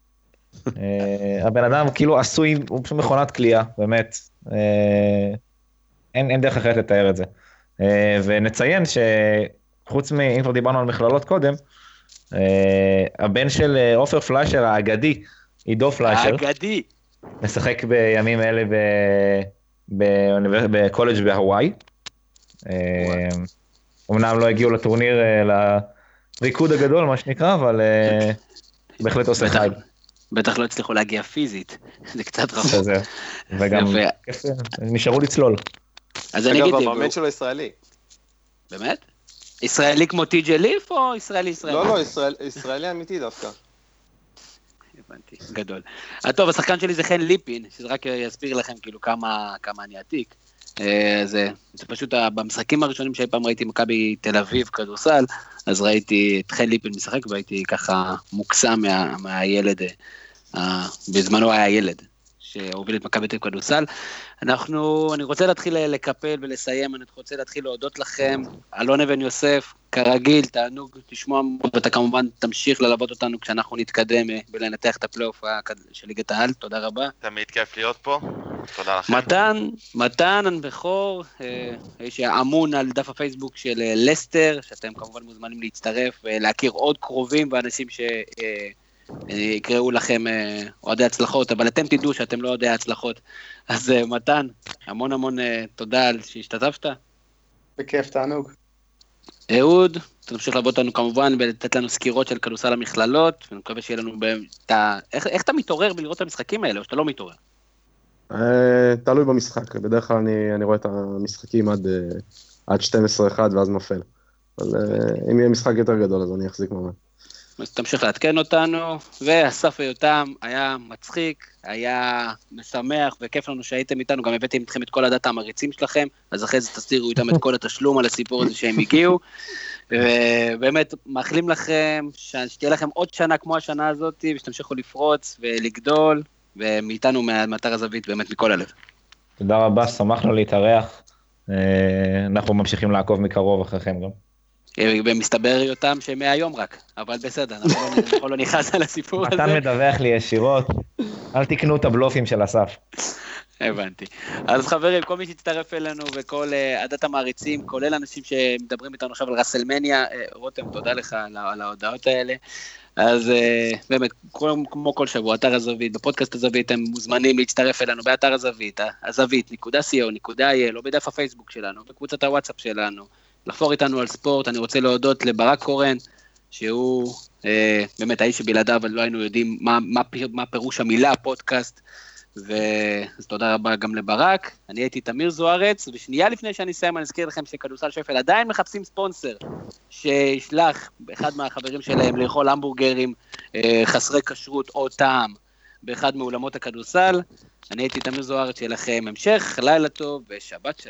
הבן אדם כאילו עשוי, הוא פשוט מכונת קליעה, באמת. אין, אין דרך אחרת לתאר את זה. ונציין שחוץ מ... אם כבר דיברנו על מכללות קודם, הבן של עופר פליישר, האגדי, עידו פליישר. האגדי. משחק בימים אלה בקולג' בהוואי. אמנם לא הגיעו לטורניר, לריקוד הגדול, מה שנקרא, אבל בהחלט עושה חייל. בטח לא הצליחו להגיע פיזית, זה קצת רחוק. וגם נשארו לצלול. אז אני אגיד... אגב, המאמן שלו ישראלי. באמת? ישראלי כמו טי.ג'יי ליף או ישראלי ישראלי? לא, לא, ישראלי אמיתי דווקא. הבנתי, גדול. טוב, השחקן שלי זה חן ליפין, שזה רק יסביר לכם כאילו כמה אני עתיק. זה פשוט במשחקים הראשונים שהי פעם ראיתי מכבי תל אביב כדורסל, אז ראיתי את חן ליפין משחק והייתי ככה מוקסם מהילד, בזמנו היה ילד שהוביל את מכבי תל אביב כדורסל. אנחנו, אני רוצה להתחיל לקפל ולסיים, אני רוצה להתחיל להודות לכם, אלון אבן יוסף, כרגיל, תענוג לשמוע, ואתה כמובן תמשיך ללוות אותנו כשאנחנו נתקדם ולנתח את הפלייאוף של ליגת העל, תודה רבה. תמיד כיף להיות פה, תודה לכם. מתן, מתן הנבחור, שאמון על דף הפייסבוק של לסטר, שאתם כמובן מוזמנים להצטרף ולהכיר עוד קרובים ואנשים ש... יקראו לכם אוהדי הצלחות, אבל אתם תדעו שאתם לא אוהדי הצלחות. אז מתן, המון המון תודה על שהשתתפת. בכיף, תענוג. אהוד, תמשיך לעבוד אותנו כמובן ולתת לנו סקירות של כדורסל המכללות, ואני מקווה שיהיה לנו... איך, איך אתה מתעורר בלראות את המשחקים האלה, או שאתה לא מתעורר? תלוי במשחק, בדרך כלל אני, אני רואה את המשחקים עד, עד שתים עשרה אחת ואז נופל. אבל אם יהיה משחק יותר גדול אז אני אחזיק ממש. אז תמשיך להתקן אותנו, ואסף ויותם היה מצחיק, היה משמח, וכיף לנו שהייתם איתנו, גם הבאתם איתכם את כל הדאטה המריצים שלכם, אז אחרי זה תסתירו איתם את כל התשלום על הסיפור הזה שהם הגיעו, ובאמת מאחלים לכם, שתהיה לכם עוד שנה כמו השנה הזאת, ושתמשיכו לפרוץ ולגדול, ומאיתנו מאתר הזווית, באמת מכל הלב. תודה רבה, שמחנו להתארח, אנחנו ממשיכים לעקוב מקרוב אחריכם גם. ומסתבר אותם שמהיום רק, אבל בסדר, אנחנו לא נכנס על הסיפור הזה. מתן מדווח לי ישירות, אל תקנו את הבלופים של אסף. הבנתי. אז חברים, כל מי שהצטרף אלינו וכל עדת המעריצים, כולל אנשים שמדברים איתנו עכשיו על רסלמניה, רותם, תודה לך על ההודעות האלה. אז באמת, כמו כל שבוע, אתר הזווית, בפודקאסט הזווית, הם מוזמנים להצטרף אלינו באתר הזווית, הזווית, נקודה סי או, נקודה איי, או בדף הפייסבוק שלנו, בקבוצת הוואטסאפ שלנו. לחפור איתנו על ספורט, אני רוצה להודות לברק קורן, שהוא אה, באמת האיש שבלעדיו, אבל לא היינו יודעים מה, מה, מה פירוש המילה, פודקאסט, אז תודה רבה גם לברק. אני הייתי תמיר זוארץ, ושנייה לפני שאני אסיים, אני אזכיר לכם שכדורסל שפל עדיין מחפשים ספונסר, שישלח אחד מהחברים שלהם לאכול המבורגרים אה, חסרי כשרות או טעם, באחד מאולמות הכדורסל. אני הייתי תמיר זוארץ, שיהיה לכם המשך, לילה טוב ושבת שלום.